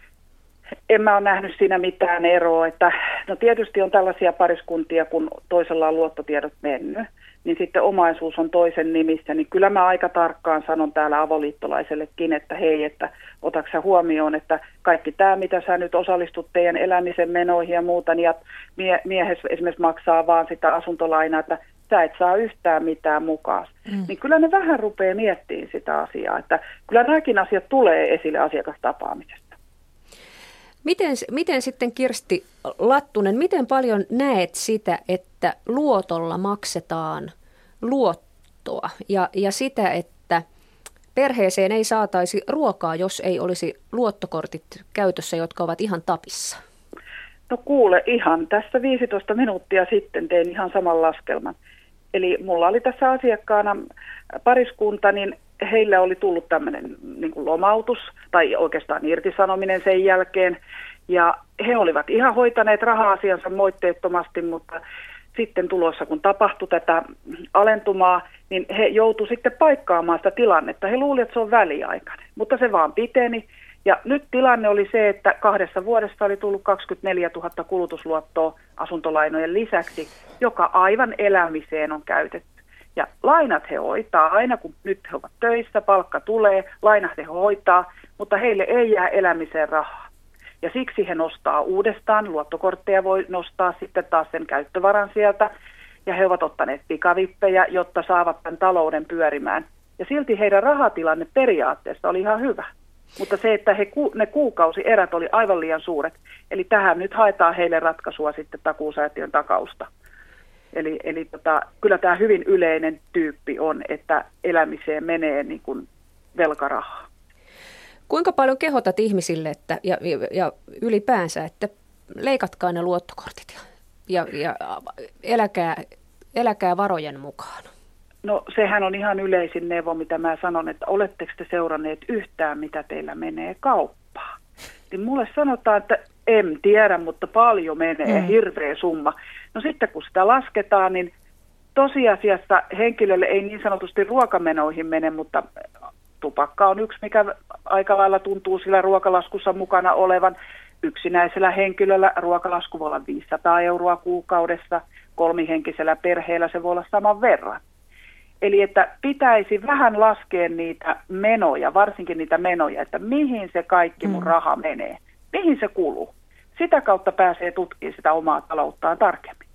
En mä ole nähnyt siinä mitään eroa, että no tietysti on tällaisia pariskuntia, kun toisella on luottotiedot mennyt, niin sitten omaisuus on toisen nimissä, niin kyllä mä aika tarkkaan sanon täällä avoliittolaisellekin, että hei, että otatko sä huomioon, että kaikki tämä, mitä sä nyt osallistut teidän elämisen menoihin ja muuta, niin mie- miehes esimerkiksi maksaa vaan sitä asuntolainaa, että sä et saa yhtään mitään mukaan. Mm. Niin kyllä ne vähän rupeaa miettimään sitä asiaa, että kyllä nämäkin asiat tulee esille asiakastapaamisesta. Miten, miten sitten Kirsti Lattunen, miten paljon näet sitä, että luotolla maksetaan luottoa ja, ja sitä, että perheeseen ei saataisi ruokaa, jos ei olisi luottokortit käytössä, jotka ovat ihan tapissa? No kuule, ihan tässä viisitoista minuuttia sitten tein ihan saman laskelman. Eli mulla oli tässä asiakkaana pariskunta, niin heillä oli tullut tämmöinen niin kuin lomautus tai oikeastaan irtisanominen sen jälkeen. Ja he olivat ihan hoitaneet raha-asiansa moitteettomasti, mutta sitten tulossa kun tapahtui tätä alentumaa, niin he joutuivat sitten paikkaamaan sitä tilannetta. He luulivat, että se on väliaikainen, mutta se vaan piteni. Ja nyt tilanne oli se, että kahdessa vuodessa oli tullut kaksikymmentäneljätuhatta kulutusluottoa asuntolainojen lisäksi, joka aivan elämiseen on käytetty. Ja lainat he hoitaa aina, kun nyt he ovat töissä, palkka tulee, lainat he hoitaa, mutta heille ei jää elämiseen rahaa. Ja siksi he nostaa uudestaan, luottokortteja voi nostaa sitten taas sen käyttövaran sieltä, ja he ovat ottaneet pikavippejä, jotta saavat tämän talouden pyörimään. Ja silti heidän rahatilanne periaatteessa oli ihan hyvä. Mutta se, että he, ne kuukausierät oli aivan liian suuret. Eli tähän nyt haetaan heille ratkaisua sitten takuusäätiön takausta. Eli, eli tota, kyllä tämä hyvin yleinen tyyppi on, että elämiseen menee niin kuin velkarahaa. Kuinka paljon kehotat ihmisille että, ja, ja, ja ylipäänsä, että leikatkaa ne luottokortit ja, ja, ja eläkää, eläkää varojen mukaan? No sehän on ihan yleisin neuvo, mitä mä sanon, että oletteko te seuranneet yhtään, mitä teillä menee kauppaan? Niin mulle sanotaan, että en tiedä, mutta paljon menee, mm. hirveä summa. No sitten kun sitä lasketaan, niin tosiasiassa henkilölle ei niin sanotusti ruokamenoihin mene, mutta tupakka on yksi, mikä aika lailla tuntuu sillä ruokalaskussa mukana olevan. Yksinäisellä henkilöllä ruokalasku voi olla viisisataa euroa kuukaudessa, kolmihenkisellä perheellä se voi olla saman verran. Eli että pitäisi vähän laskea niitä menoja, varsinkin niitä menoja, että mihin se kaikki mun raha menee, mihin se kuluu. Sitä kautta pääsee tutkimaan sitä omaa talouttaan tarkemmin.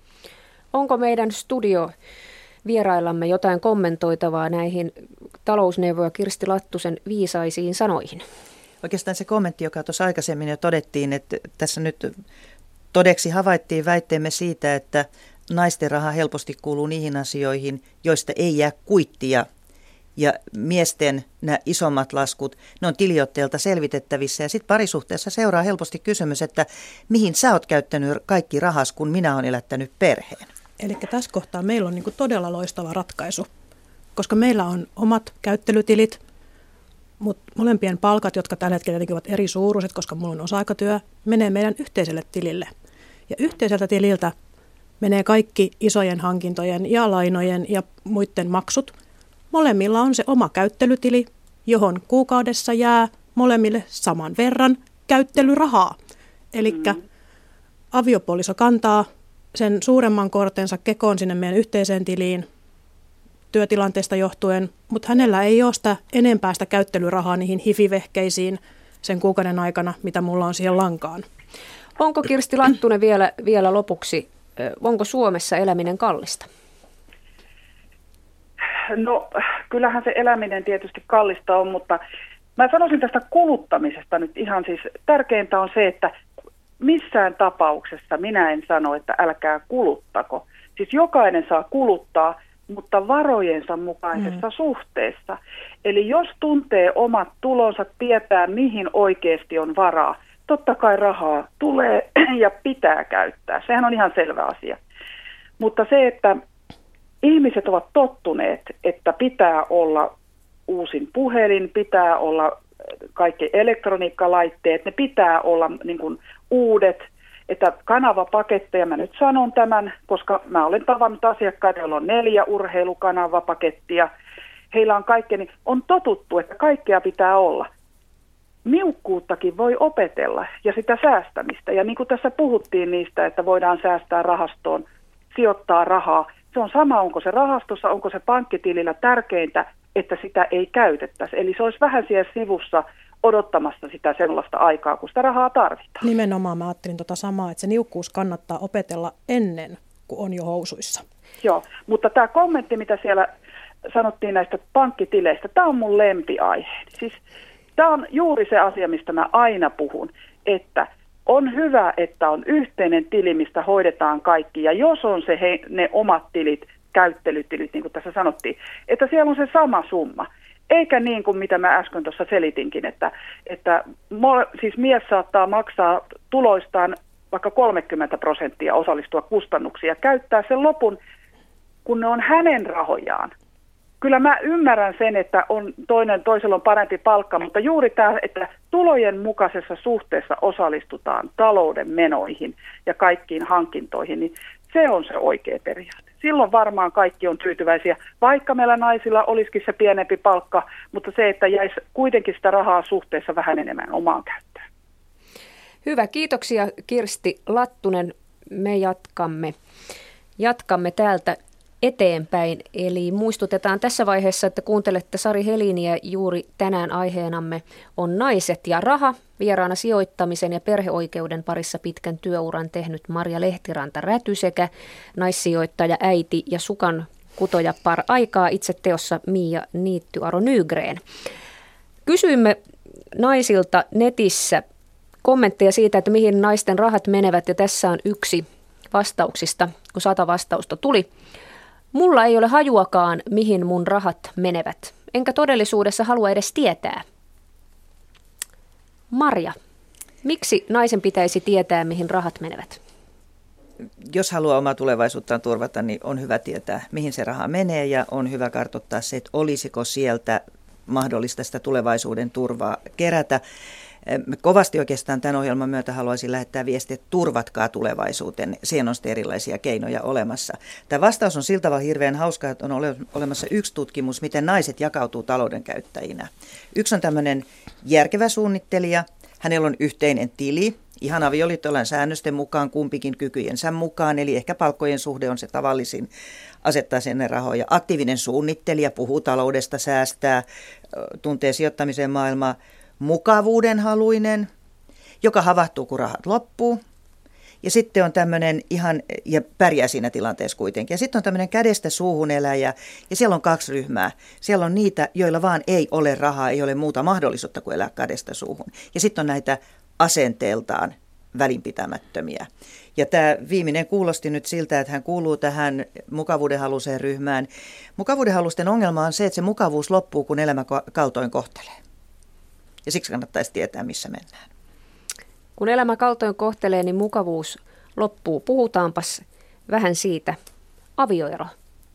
Onko meidän studio vieraillamme jotain kommentoitavaa näihin talousneuvoja Kirsti Lattusen viisaisiin sanoihin? Oikeastaan se kommentti, joka tuossa aikaisemmin jo todettiin, että tässä nyt todeksi havaittiin väitteemme siitä, että naisten raha helposti kuuluu niihin asioihin, joista ei jää kuittia. Ja miesten nämä isommat laskut, ne on tiliotteelta selvitettävissä. Ja sitten parisuhteessa seuraa helposti kysymys, että mihin sä oot käyttänyt kaikki rahas, kun minä olen elättänyt perheen. Eli tässä kohtaa meillä on niin kuin todella loistava ratkaisu, koska meillä on omat käyttelytilit, mutta molempien palkat, jotka tällä hetkellä tietenkin ovat eri suuruiset, koska mulla on osa-aikatyö, menee meidän yhteiselle tilille. Ja yhteiseltä tililtä menee kaikki isojen hankintojen ja lainojen ja muiden maksut. Molemmilla on se oma käyttelytili, johon kuukaudessa jää molemmille saman verran käyttelyrahaa. Eli mm. aviopuoliso kantaa sen suuremman kortensa kekoon sinne meidän yhteiseen tiliin työtilanteesta johtuen, mutta hänellä ei ole sitä enempää sitä käyttelyrahaa niihin hifivehkeisiin sen kuukauden aikana, mitä mulla on siihen lankaan. Onko Kirsti Lattunen vielä, vielä lopuksi, onko Suomessa eläminen kallista? No kyllähän se eläminen tietysti kallista on, mutta mä sanoisin tästä kuluttamisesta nyt ihan siis tärkeintä on se, että missään tapauksessa minä en sano, että älkää kuluttako. Siis jokainen saa kuluttaa, mutta varojensa mukaisessa mm. suhteessa. Eli jos tuntee omat tulonsa, tietää mihin oikeasti on varaa, totta kai rahaa tulee ja pitää käyttää. Sehän on ihan selvä asia. Mutta se, että ihmiset ovat tottuneet, että pitää olla uusin puhelin, pitää olla kaikki elektroniikkalaitteet, ne pitää olla niin kuin uudet, että kanavapaketteja, mä nyt sanon tämän, koska mä olen tavannut asiakkaita, joilla on neljä urheilukanavapakettia, heillä on kaikkea, niin on totuttu, että kaikkea pitää olla. Niukkuuttakin voi opetella ja sitä säästämistä, ja niin kuin tässä puhuttiin niistä, että voidaan säästää rahastoon, sijoittaa rahaa, se on sama, onko se rahastossa, onko se pankkitilillä, tärkeintä, että sitä ei käytettäisi. Eli se olisi vähän siellä sivussa odottamassa sitä sellaista aikaa, kun sitä rahaa tarvitaan. Nimenomaan mä ajattelin tota samaa, että se niukkuus kannattaa opetella ennen kuin on jo housuissa. Joo, mutta tämä kommentti, mitä siellä sanottiin näistä pankkitileistä, tämä on mun lempiaihe. Siis tämä on juuri se asia, mistä mä aina puhun, että on hyvä, että on yhteinen tili, mistä hoidetaan kaikki, ja jos on se he, ne omat tilit, käyttelytilit, niin kuin tässä sanottiin, että siellä on se sama summa. Eikä niin kuin mitä mä äsken tuossa selitinkin, että, että siis mies saattaa maksaa tuloistaan vaikka kolmekymmentä prosenttia osallistua kustannuksiin ja käyttää sen lopun, kun ne on hänen rahojaan. Kyllä mä ymmärrän sen, että on toinen, toisella on parempi palkka, mutta juuri tämä, että tulojen mukaisessa suhteessa osallistutaan talouden menoihin ja kaikkiin hankintoihin, niin se on se oikea periaate. Silloin varmaan kaikki on tyytyväisiä, vaikka meillä naisilla olisikin se pienempi palkka, mutta se, että jäisi kuitenkin sitä rahaa suhteessa vähän enemmän omaan käyttöön. Hyvä, kiitoksia Kirsti Lattunen. Me jatkamme, jatkamme täältä eteenpäin. Eli muistutetaan tässä vaiheessa, että kuuntelette Sari Heliniä. Juuri tänään aiheenamme on naiset ja raha. Vieraana sijoittamisen ja perheoikeuden parissa pitkän työuran tehnyt Marja Lehtiranta-Räty sekä naissijoittaja, äiti ja sukan kutoja par aikaa itse teossa Mia Niitty-Aro Nygren. Kysyimme naisilta netissä kommentteja siitä, että mihin naisten rahat menevät, ja tässä on yksi vastauksista, kun sata vastausta tuli. Mulla ei ole hajuakaan, mihin mun rahat menevät. Enkä todellisuudessa halua edes tietää. Marja, miksi naisen pitäisi tietää, mihin rahat menevät? Jos haluaa omaa tulevaisuuttaan turvata, niin on hyvä tietää, mihin se raha menee ja on hyvä kartoittaa se, että olisiko sieltä mahdollista sitä tulevaisuuden turvaa kerätä. Kovasti oikeastaan tämän ohjelman myötä haluaisin lähettää viestiä, että turvatkaa tulevaisuuteen. Siihen on sitten erilaisia keinoja olemassa. Tämä vastaus on sillä tavalla hirveän hauskaa, että on ole, olemassa yksi tutkimus, miten naiset jakautuu talouden käyttäjinä. Yksi on tämmöinen järkevä suunnittelija. Hänellä on yhteinen tili. Ihan avioliittolain säännösten mukaan kumpikin kykyjensä mukaan, eli ehkä palkkojen suhde on se tavallisin asettaa sinne rahoja. Aktiivinen suunnittelija puhuu taloudesta, säästää, tuntee sijoittamisen maailmaa. Mukavuudenhaluinen, joka havahtuu, kun rahat loppuu. Ja sitten on tämmöinen ihan, ja pärjää siinä tilanteessa kuitenkin. Ja sitten on tämmöinen kädestä suuhun eläjä, ja siellä on kaksi ryhmää. Siellä on niitä, joilla vaan ei ole rahaa, ei ole muuta mahdollisuutta kuin elää kädestä suuhun. Ja sitten on näitä asenteeltaan välinpitämättömiä. Ja tämä viimeinen kuulosti nyt siltä, että hän kuuluu tähän mukavuudenhaluiseen ryhmään. Mukavuudenhaluisten ongelma on se, että se mukavuus loppuu, kun elämä kaltoin kohtelee. Ja siksi kannattaisi tietää, missä mennään. Kun elämä kaltoin kohtelee, niin mukavuus loppuu. Puhutaanpas vähän siitä. Avioero.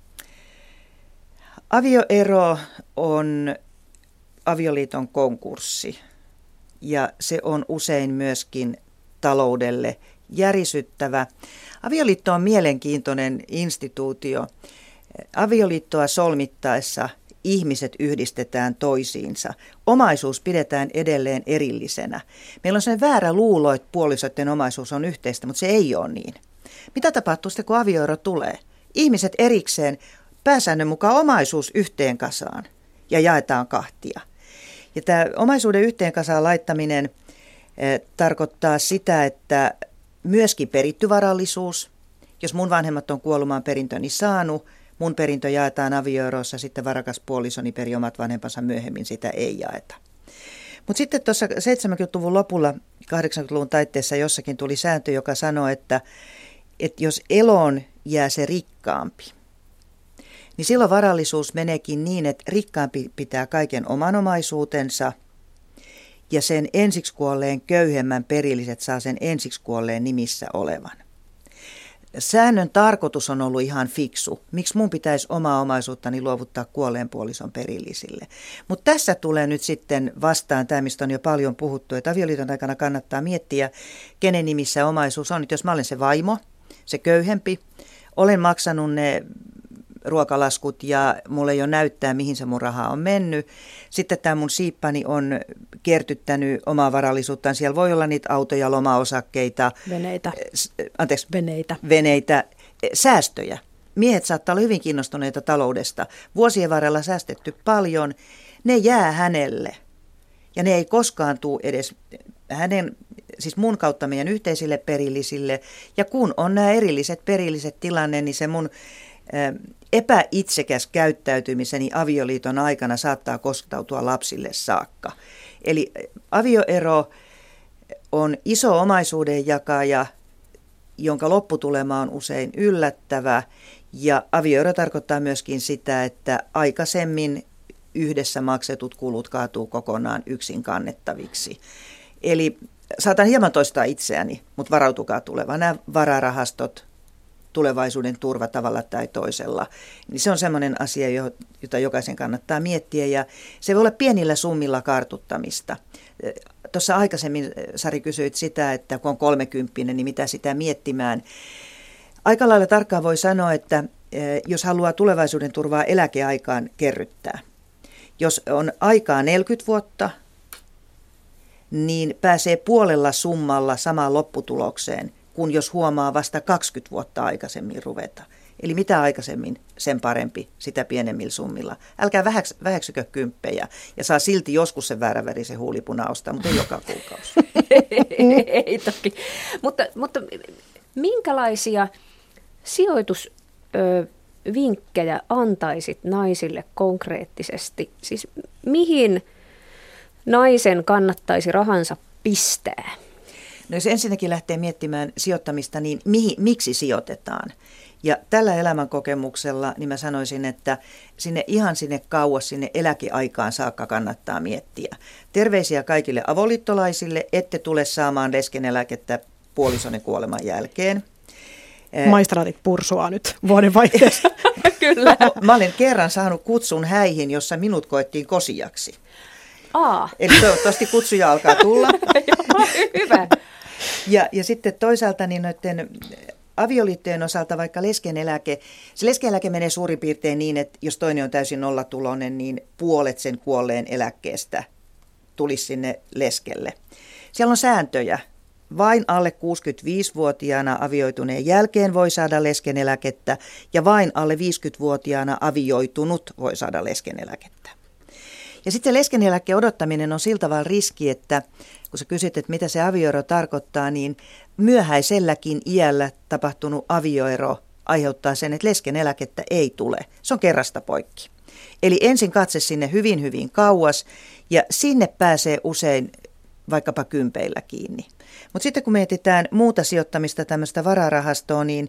Avioero on avioliiton konkurssi. Ja se on usein myöskin taloudelle järisyttävä. Avioliitto on mielenkiintoinen instituutio. Avioliittoa solmittaessa ihmiset yhdistetään toisiinsa. Omaisuus pidetään edelleen erillisenä. Meillä on sellainen väärä luulo, että puolisoiden omaisuus on yhteistä, mutta se ei ole niin. Mitä tapahtuu sitten, kun avioero tulee? Ihmiset erikseen, pääsäännön mukaan omaisuus yhteen kasaan ja jaetaan kahtia. Ja tämä omaisuuden yhteen kasaan laittaminen eh, tarkoittaa sitä, että myöskin peritty varallisuus, jos mun vanhemmat on kuollumaan perintöni saanut, mun perintö jaetaan avioerossa, sitten varakas puolisoni peri omat vanhempansa myöhemmin, sitä ei jaeta. Mutta sitten tuossa seitsemänkymmentäluvun lopulla, kahdeksankymmentäluvun taitteessa jossakin tuli sääntö, joka sanoi, että, että jos eloon jää se rikkaampi, niin silloin varallisuus meneekin niin, että rikkaampi pitää kaiken oman omaisuutensa ja sen ensiksi kuolleen köyhemmän perilliset saa sen ensiksi kuolleen nimissä olevan. Säännön tarkoitus on ollut ihan fiksu. Miksi mun pitäisi omaa omaisuuttani luovuttaa kuolleen puolison perillisille? Mutta tässä tulee nyt sitten vastaan tämä, mistä on jo paljon puhuttu, että avioliiton aikana kannattaa miettiä, kenen nimissä omaisuus on. Nyt jos mä olen se vaimo, se köyhempi, olen maksanut ne ruokalaskut ja mulle jo näyttää, mihin se mun raha on mennyt. Sitten tämä mun siippani on kertyttänyt omaa varallisuuttaan. Siellä voi olla niitä autoja, lomaosakkeita. Veneitä. Anteeksi. Veneitä. Veneitä. Säästöjä. Miehet saattaa olla hyvin kiinnostuneita taloudesta. Vuosien varrella säästetty paljon. Ne jää hänelle. Ja ne ei koskaan tule edes hänen, siis mun kautta meidän yhteisille perillisille. Ja kun on nämä erilliset perilliset tilanne, niin se mun epäitsekäs käyttäytymiseni avioliiton aikana saattaa koskautua lapsille saakka. Eli avioero on iso omaisuuden jakaja, jonka lopputulema on usein yllättävä. Ja avioero tarkoittaa myöskin sitä, että aikaisemmin yhdessä maksetut kulut kaatuu kokonaan yksin kannettaviksi. Eli saatan hieman toistaa itseäni, mutta varautukaa tulevaan. Nämä vararahastot, tulevaisuuden turva tavalla tai toisella, niin se on semmoinen asia, jota jokaisen kannattaa miettiä ja se voi olla pienillä summilla kartuttamista. Tuossa aikaisemmin, Sari, kysyit sitä, että kun on kolmekymppinen, niin mitä sitä miettimään. Aika lailla tarkkaan voi sanoa, että jos haluaa tulevaisuuden turvaa eläkeaikaan kerryttää, jos on aikaa neljäkymmentä vuotta, niin pääsee puolella summalla samaan lopputulokseen, kun jos huomaa vasta kaksikymmentä vuotta aikaisemmin ruveta. Eli mitä aikaisemmin, sen parempi, sitä pienemmillä summilla. Älkää vähäks, vähäksykö kymppejä ja saa silti joskus sen vääränvärisen huulipuna ostaa, mutta ei joka kuukausi. Ei toki. Mutta, mutta minkälaisia sijoitusvinkkejä antaisit naisille konkreettisesti? Siis mihin naisen kannattaisi rahansa pistää? No jos ensinnäkin lähtee miettimään sijoittamista, niin mihin, miksi sijoitetaan? Ja tällä elämänkokemuksella niin mä sanoisin, että sinne ihan sinne kauas, sinne eläkeaikaan saakka kannattaa miettiä. Terveisiä kaikille avoliittolaisille, ette tule saamaan leskeneläkettä puolisonne kuoleman jälkeen. Maistraatit pursuaa nyt vuodenvaihteessa. Kyllä. Mä olen kerran saanut kutsun häihin, jossa minut koettiin kosiaksi. Aa. Eli toivottavasti kutsuja alkaa tulla. Joo, hyvä. Ja, ja sitten toisaalta niin noiden avioliittojen osalta vaikka leskeneläke, se leskeneläke menee suurin piirtein niin, että jos toinen on täysin nollatuloinen, niin puolet sen kuolleen eläkkeestä tulisi sinne leskelle. Siellä on sääntöjä. Vain alle kuusikymmentäviisivuotiaana avioituneen jälkeen voi saada leskeneläkettä ja vain alle viisikymmentävuotiaana avioitunut voi saada leskeneläkettä. Ja sitten leskeneläkkeen odottaminen on sillä tavalla riski, että kun sä kysyt, että mitä se avioero tarkoittaa, niin myöhäiselläkin iällä tapahtunut avioero aiheuttaa sen, että leskeneläkettä ei tule. Se on kerrasta poikki. Eli ensin katse sinne hyvin hyvin kauas ja sinne pääsee usein vaikkapa kympeillä kiinni. Mutta sitten kun mietitään muuta sijoittamista, tämmöistä vararahastoa, niin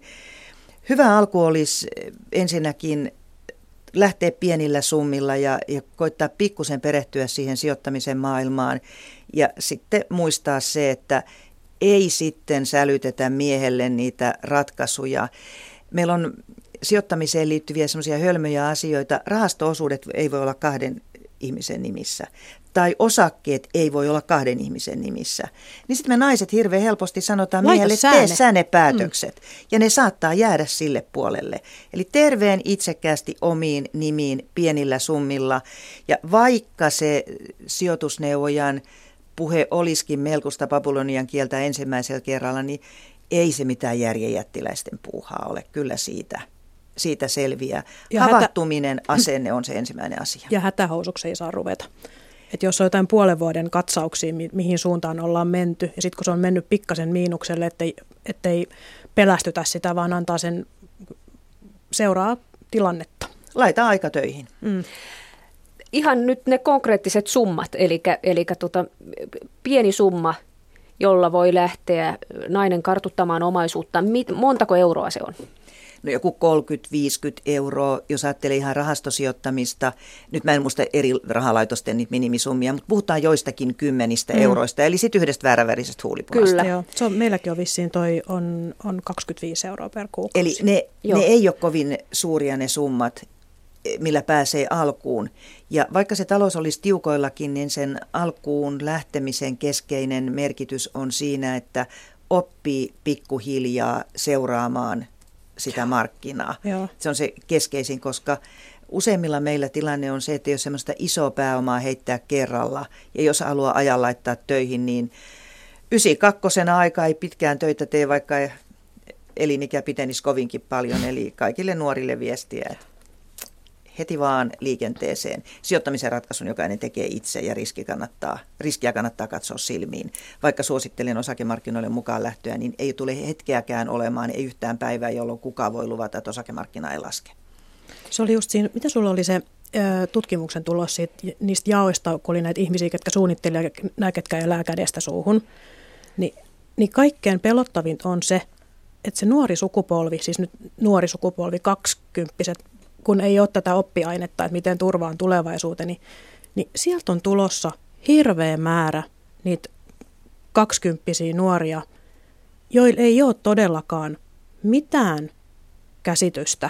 hyvä alku olisi ensinnäkin lähteä pienillä summilla ja, ja koittaa pikkusen perehtyä siihen sijoittamisen maailmaan ja sitten muistaa se, että ei sitten sälytetä miehelle niitä ratkaisuja. Meillä on sijoittamiseen liittyviä semmoisia hölmöjä asioita. Rahasto-osuudet ei voi olla kahden ihmisen nimissä. Tai osakkeet ei voi olla kahden ihmisen nimissä. Niin sitten me naiset hirveän helposti sanotaan Laita miehelle, sääne. tee sä ne päätökset. Mm. Ja ne saattaa jäädä sille puolelle. Eli terveen itsekkäästi omiin nimiin pienillä summilla. Ja vaikka se sijoitusneuvojan puhe olisikin melkoista babylonian kieltä ensimmäisellä kerralla, niin ei se mitään järjenjättiläisten puuhaa ole. Kyllä siitä. Siitä selviää. Ja Havahtuminen hätä... asenne on se ensimmäinen asia. Ja hätähousuksi ei saa ruveta. Että jos on jotain puolen vuoden katsauksia, mi- mihin suuntaan ollaan menty, ja sitten kun se on mennyt pikkasen miinukselle, ettei, ettei pelästytä sitä, vaan antaa sen seuraa tilannetta. Laita aika töihin. Mm. Ihan nyt ne konkreettiset summat, eli, eli tota, pieni summa, jolla voi lähteä nainen kartuttamaan omaisuutta. Montako euroa se on? No joku kolmekymmentä viisikymmentä euroa, jos ajattelee ihan rahastosijoittamista. Nyt mä en muista eri rahalaitosten niitä minimisummia, mutta puhutaan joistakin kymmenistä mm. euroista. Eli sitten yhdestä vääränvärisestä huulipunasta. Kyllä. Joo. Se on, meilläkin on vissiin toi on, on kaksikymmentäviisi euroa per kuukausi. Eli ne, ne ei ole kovin suuria ne summat, millä pääsee alkuun. Ja vaikka se talous olisi tiukoillakin, niin sen alkuun lähtemisen keskeinen merkitys on siinä, että oppii pikkuhiljaa seuraamaan sitä markkinaa. Joo. Se on se keskeisin, koska useimmilla meillä tilanne on se, että jos semmoista isoa pääomaa heittää kerralla ja jos haluaa ajan laittaa töihin, niin yhdeksänkymmentäkaksi aika ei pitkään töitä tee, vaikka elinikä pitenisi kovinkin paljon. Eli kaikille nuorille viestiä, että heti vaan liikenteeseen. Sijoittamisen ratkaisun jokainen tekee itse ja riski kannattaa, riskiä kannattaa katsoa silmiin. Vaikka suosittelen osakemarkkinoille mukaan lähtöä, niin ei tule hetkeäkään olemaan, ei yhtään päivää, jolloin kukaan voi luvata, että osakemarkkina ei laske. Se oli just siinä, mitä sulla oli se ö, tutkimuksen tulos siitä, niistä jaoista, kun oli näitä ihmisiä, ketkä suunnittelivat ja nämä, ketkä elää kädestä suuhun, niin, niin kaikkein pelottavinta on se, että se nuori sukupolvi, siis nyt nuori sukupolvi, kaksikymppiset, kun ei ole tätä oppiainetta, että miten turvaan tulevaisuuteen, niin, niin sieltä on tulossa hirveä määrä niitä kaksikymppisiä nuoria, joilla ei ole todellakaan mitään käsitystä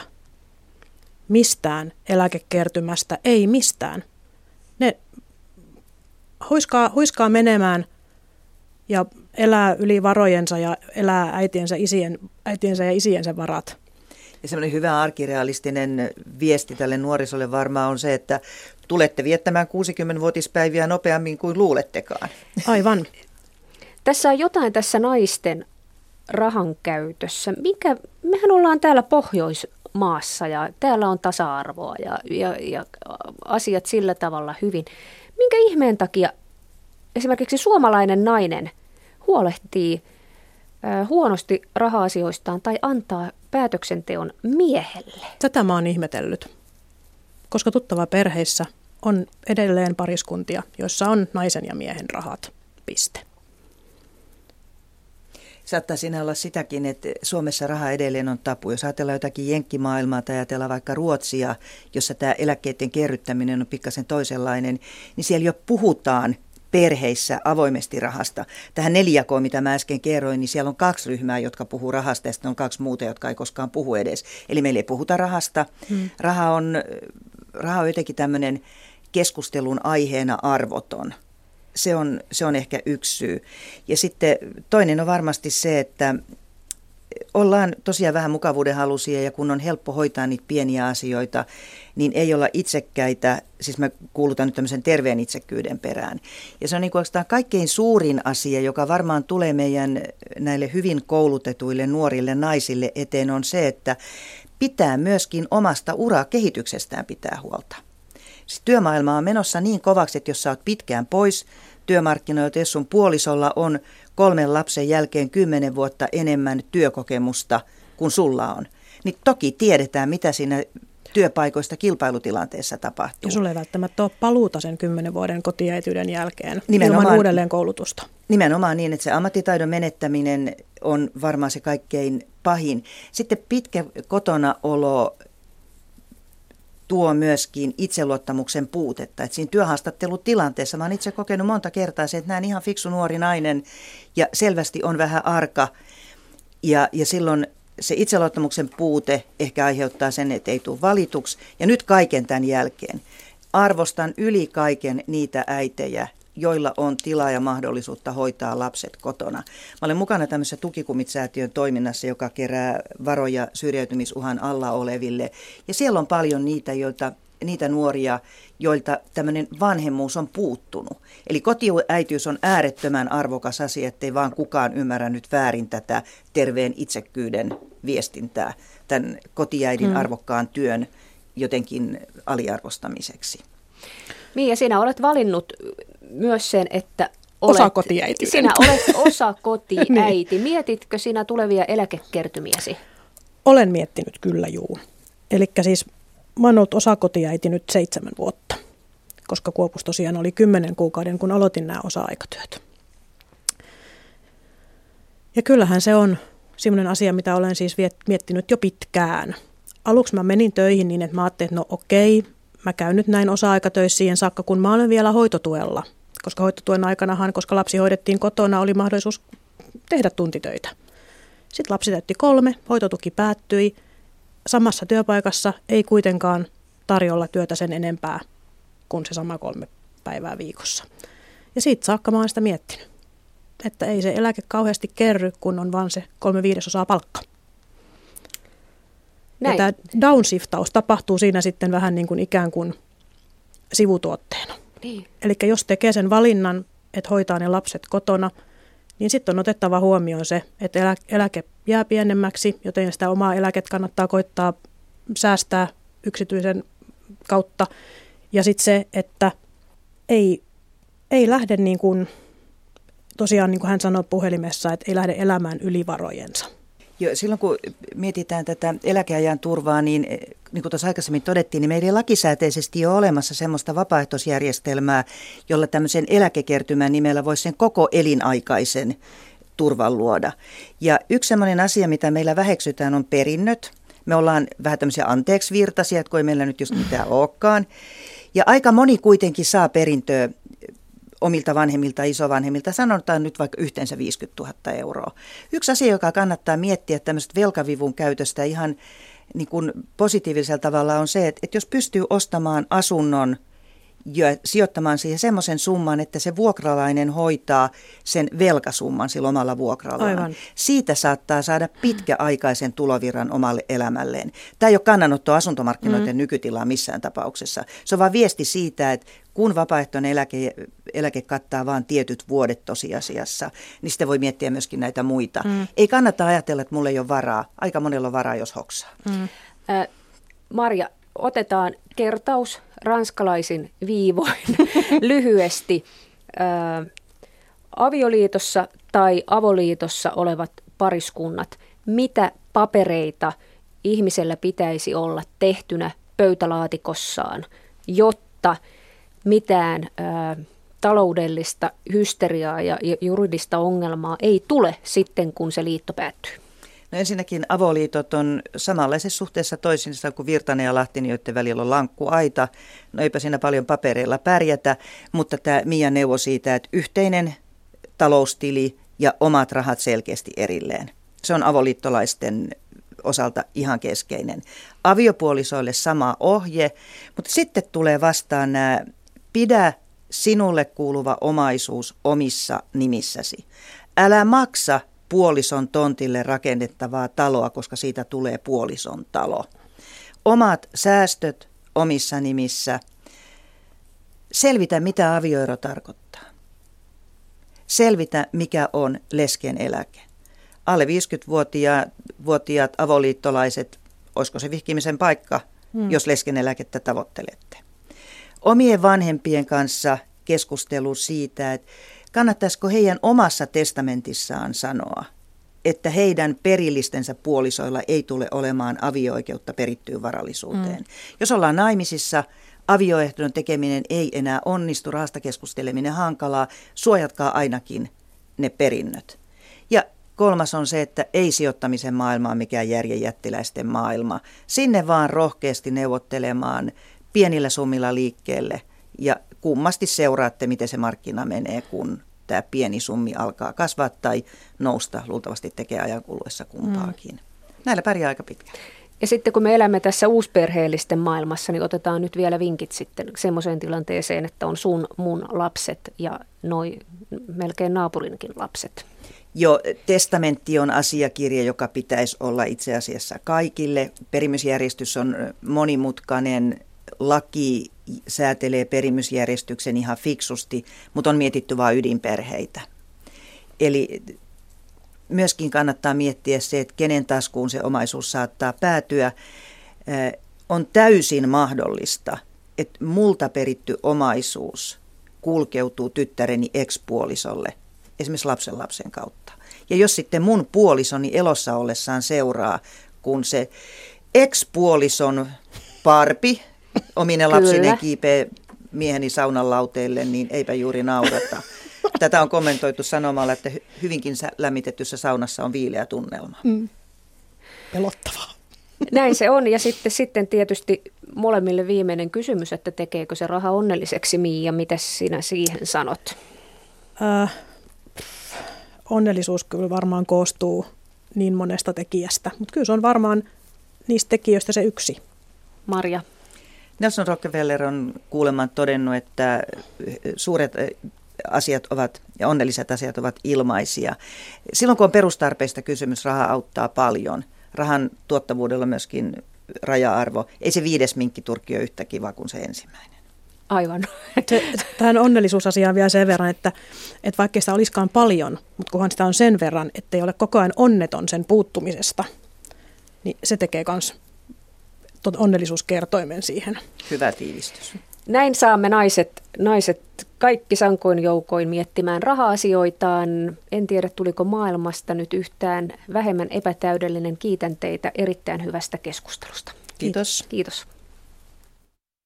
mistään eläkekertymästä, ei mistään. Ne huiskaa, huiskaa menemään ja elää yli varojensa ja elää äitiensä, isien, äitiensä ja isiensä varat. Ja semmoinen hyvä arkirealistinen viesti tälle nuorisolle varmaan on se, että tulette viettämään kuusikymmenvuotispäiviä nopeammin kuin luulettekaan. Aivan. Tässä on jotain tässä naisten rahan käytössä. Mikä, mehän ollaan täällä Pohjoismaassa ja täällä on tasa-arvoa ja, ja, ja asiat sillä tavalla hyvin. Minkä ihmeen takia esimerkiksi suomalainen nainen huolehtii äh, huonosti raha-asioistaan tai antaa päätöksenteon miehelle? Tätä mä oon ihmetellyt, koska tuttava perheissä on edelleen pariskuntia, joissa on naisen ja miehen rahat. Piste. Saattaa siinä olla sitäkin, että Suomessa raha edelleen on tabu. Jos ajatellaan jotakin jenkkimaailmaa tai ajatellaan vaikka Ruotsia, jossa tämä eläkkeiden kerryttäminen on pikkasen toisenlainen, niin siellä jo puhutaan perheissä avoimesti rahasta. Tähän nelijakoon, mitä mä äsken kerroin, niin siellä on kaksi ryhmää, jotka puhuu rahasta ja sitten on kaksi muuta, jotka ei koskaan puhu edes. Eli meillä ei puhuta rahasta. Hmm. Raha on, raha on jotenkin tämmöinen keskustelun aiheena arvoton. Se on, se on ehkä yksi syy. Ja sitten toinen on varmasti se, että ollaan tosiaan vähän mukavuudenhaluisia ja kun on helppo hoitaa niitä pieniä asioita, niin ei olla itsekkäitä, siis mä kuulutan nyt tämmöisen terveen itsekkyyden perään. Ja se on niin kuin oikeastaan kaikkein suurin asia, joka varmaan tulee meidän näille hyvin koulutetuille nuorille naisille eteen, on se, että pitää myöskin omasta urakehityksestään pitää huolta. Siis työmaailma on menossa niin kovaksi, että jos sä oot pitkään pois työmarkkinoilta, jos sun puolisolla on kolmen lapsen jälkeen kymmenen vuotta enemmän työkokemusta kuin sulla on, niin toki tiedetään, mitä siinä työpaikoista kilpailutilanteessa tapahtuu. Ja sulla ei välttämättä ole paluuta sen kymmenen vuoden kotiäityyden jälkeen nimenomaan, ilman uudelleen koulutusta. Nimenomaan niin, että se ammattitaidon menettäminen on varmaan se kaikkein pahin. Sitten pitkä kotona olo tuo myöskin itseluottamuksen puutetta. Et siinä työhaastattelutilanteessa mä oon itse kokenut monta kertaa se, että näen ihan fiksu nuori nainen ja selvästi on vähän arka ja, ja silloin se itseluottamuksen puute ehkä aiheuttaa sen, että ei tule valituksi. Ja nyt kaiken tämän jälkeen arvostan yli kaiken niitä äitejä, joilla on tilaa ja mahdollisuutta hoitaa lapset kotona. Mä olen mukana tämmöisessä Tukikumit-säätiön toiminnassa, joka kerää varoja syrjäytymisuhan alla oleville. Ja siellä on paljon niitä, joilta, niitä nuoria, joilta tämmöinen vanhemmuus on puuttunut. Eli kotiäitiys on äärettömän arvokas asia, ettei vaan kukaan ymmärrä nyt väärin tätä terveen itsekkyyden viestintää, tämän kotiäidin hmm. arvokkaan työn jotenkin aliarvostamiseksi. Miia, sinä olet valinnut myös sen, että olet, osakotiäiti. Sinä olet osakotiäiti. niin. Mietitkö sinä tulevia eläkekertymiäsi? Olen miettinyt kyllä, juu. Eli siis mä oon ollut osakotiäiti nyt seitsemän vuotta, koska Kuopus tosiaan oli kymmenen kuukauden, kun aloitin nämä osa-aikatyöt. Ja kyllähän se on semmoinen asia, mitä olen siis miettinyt jo pitkään. Aluksi mä menin töihin niin, että mä ajattelin, että no okei, mä käyn nyt näin osa-aikatöissä siihen saakka, kun mä olen vielä hoitotuella. Koska hoitotuen aikanahan, koska lapsi hoidettiin kotona, oli mahdollisuus tehdä tuntitöitä. Sitten lapsi täytti kolme, hoitotuki päättyi. Samassa työpaikassa ei kuitenkaan tarjolla työtä sen enempää kuin se sama kolme päivää viikossa. Ja siitä saakka mä oon sitä miettinyt, että ei se eläke kauheasti kerry, kun on vaan se kolme viidesosaa palkka. Näin. Ja tämä downshiftaus tapahtuu siinä sitten vähän niin kuin ikään kuin sivutuotteena. Niin. Eli jos tekee sen valinnan, että hoitaa ne lapset kotona, niin sitten on otettava huomioon se, että eläke jää pienemmäksi, joten sitä omaa eläket kannattaa koittaa säästää yksityisen kautta. Ja sitten se, että ei, ei lähde niin kuin, tosiaan niin kuin hän sanoi puhelimessa, että ei lähde elämään ylivarojensa. Joo, silloin kun mietitään tätä eläkeajan turvaa, niin niin kuin tuossa aikaisemmin todettiin, niin meillä ei lakisääteisesti ole olemassa semmoista vapaaehtoisjärjestelmää, jolla tämmöisen eläkekertymän nimellä voisi sen koko elinaikaisen turvan luoda. Ja yksi semmoinen asia, mitä meillä väheksytään, on perinnöt. Me ollaan vähän tämmöisiä anteeksivirtaisia, että kun ei meillä nyt just mitään olekaan. Ja aika moni kuitenkin saa perintöä omilta vanhemmilta, isovanhemmilta, sanotaan nyt vaikka yhteensä viisikymmentätuhatta euroa. Yksi asia, joka kannattaa miettiä tämmöistä velkavivun käytöstä ihan niin kuin positiivisella tavalla on se, että, että jos pystyy ostamaan asunnon ja sijoittamaan siihen semmoisen summan, että se vuokralainen hoitaa sen velkasumman sillä omalla vuokrallaan. Aivan. Siitä saattaa saada pitkäaikaisen tulovirran omalle elämälleen. Tämä ei ole kannanotto asuntomarkkinoiden mm. nykytilaa missään tapauksessa. Se on vain viesti siitä, että kun vapaaehtoinen eläke, eläke kattaa vain tietyt vuodet tosiasiassa, niin sitten voi miettiä myöskin näitä muita. Mm. Ei kannata ajatella, että mulla ei ole varaa. Aika monella on varaa, jos hoksaa. Mm. Äh, Marja, otetaan kertaus ranskalaisin viivoin lyhyesti. Ää, avioliitossa tai avoliitossa olevat pariskunnat, mitä papereita ihmisellä pitäisi olla tehtynä pöytälaatikossaan, jotta mitään ää, taloudellista hysteriaa ja juridista ongelmaa ei tule sitten, kun se liitto päättyy? No ensinnäkin avoliitot on samanlaisessa suhteessa toisinsa kuin Virtanen ja Lahtinen, joiden välillä on lankkuaita. No eipä siinä paljon papereilla pärjätä, mutta tämä Mian neuvo siitä, että yhteinen taloustili ja omat rahat selkeästi erilleen. Se on avoliittolaisten osalta ihan keskeinen. Aviopuolisoille sama ohje, mutta sitten tulee vastaan nämä pidä sinulle kuuluva omaisuus omissa nimissäsi. Älä maksa puolison tontille rakennettavaa taloa, koska siitä tulee puolison talo. Omat säästöt omissa nimissä. Selvitä, mitä avioero tarkoittaa. Selvitä, mikä on lesken eläke. Alle viisikymmentävuotiaat avoliittolaiset, olisiko se vihkimisen paikka, hmm. jos lesken eläkettä tavoittelette. Omien vanhempien kanssa keskustelu siitä, että kannattaisiko heidän omassa testamentissaan sanoa, että heidän perillistensä puolisoilla ei tule olemaan avio-oikeutta perittyyn varallisuuteen. Mm. Jos ollaan naimisissa, avioehdon tekeminen ei enää onnistu, rahasta keskusteleminen hankalaa, suojatkaa ainakin ne perinnöt. Ja kolmas on se, että ei sijoittamisen maailma ole mikään järjenjättiläisten maailma. Sinne vaan rohkeasti neuvottelemaan pienillä summilla liikkeelle ja kummasti seuraatte, miten se markkina menee, kun tämä pieni summi alkaa kasvaa tai nousta. Luultavasti tekee ajan kuluessa kumpaakin. Mm. Näillä pärjää aika pitkään. Ja sitten kun me elämme tässä uusperheellisten maailmassa, niin otetaan nyt vielä vinkit sitten semmoiseen tilanteeseen, että on sun, mun lapset ja noi melkein naapurinkin lapset. Joo, testamentti on asiakirja, joka pitäisi olla itse asiassa kaikille. Perimysjärjestys on monimutkainen. Laki säätelee perimysjärjestyksen ihan fiksusti, mutta on mietitty vain ydinperheitä. Eli myöskin kannattaa miettiä se, että kenen taskuun se omaisuus saattaa päätyä. On täysin mahdollista, että multa peritty omaisuus kulkeutuu tyttäreni ex-puolisolle, esimerkiksi lapsenlapsen kautta. Ja jos sitten mun puolisoni elossa ollessaan seuraa, kun se ex-puolison parpi omine lapsinen kiipee mieheni saunan lauteille, niin eipä juuri naurata. Tätä on kommentoitu sanomalla, että hyvinkin lämmitetyssä saunassa on viileä tunnelma. Mm. Pelottavaa. Näin se on. Ja sitten, sitten tietysti molemmille viimeinen kysymys, että tekeekö se raha onnelliseksi, Miia? Mitä sinä siihen sanot? Äh, onnellisuus kyllä varmaan koostuu niin monesta tekijästä, mutta kyllä se on varmaan niistä tekijöistä se yksi. Marja. Nelson Rockefeller on kuulemaan todennut, että suuret asiat ovat ja onnelliset asiat ovat ilmaisia. Silloin kun on perustarpeista kysymys, raha auttaa paljon. Rahan tuottavuudella myöskin raja-arvo. Ei se viides minkkiturkki ole yhtä kiva kuin se ensimmäinen. Aivan. Se, tähän onnellisuusasiaan vielä sen verran, että, että vaikka sitä olisikaan paljon, mutta kunhan sitä on sen verran, että ei ole koko ajan onneton sen puuttumisesta, niin se tekee myös onnellisuuskertoimen siihen. Hyvä tiivistys. Näin saamme naiset, naiset kaikki sankoin joukoin miettimään raha-asioitaan. En tiedä, tuliko maailmasta nyt yhtään vähemmän epätäydellinen. Kiitän teitä erittäin hyvästä keskustelusta. Kiitos. Kiitos.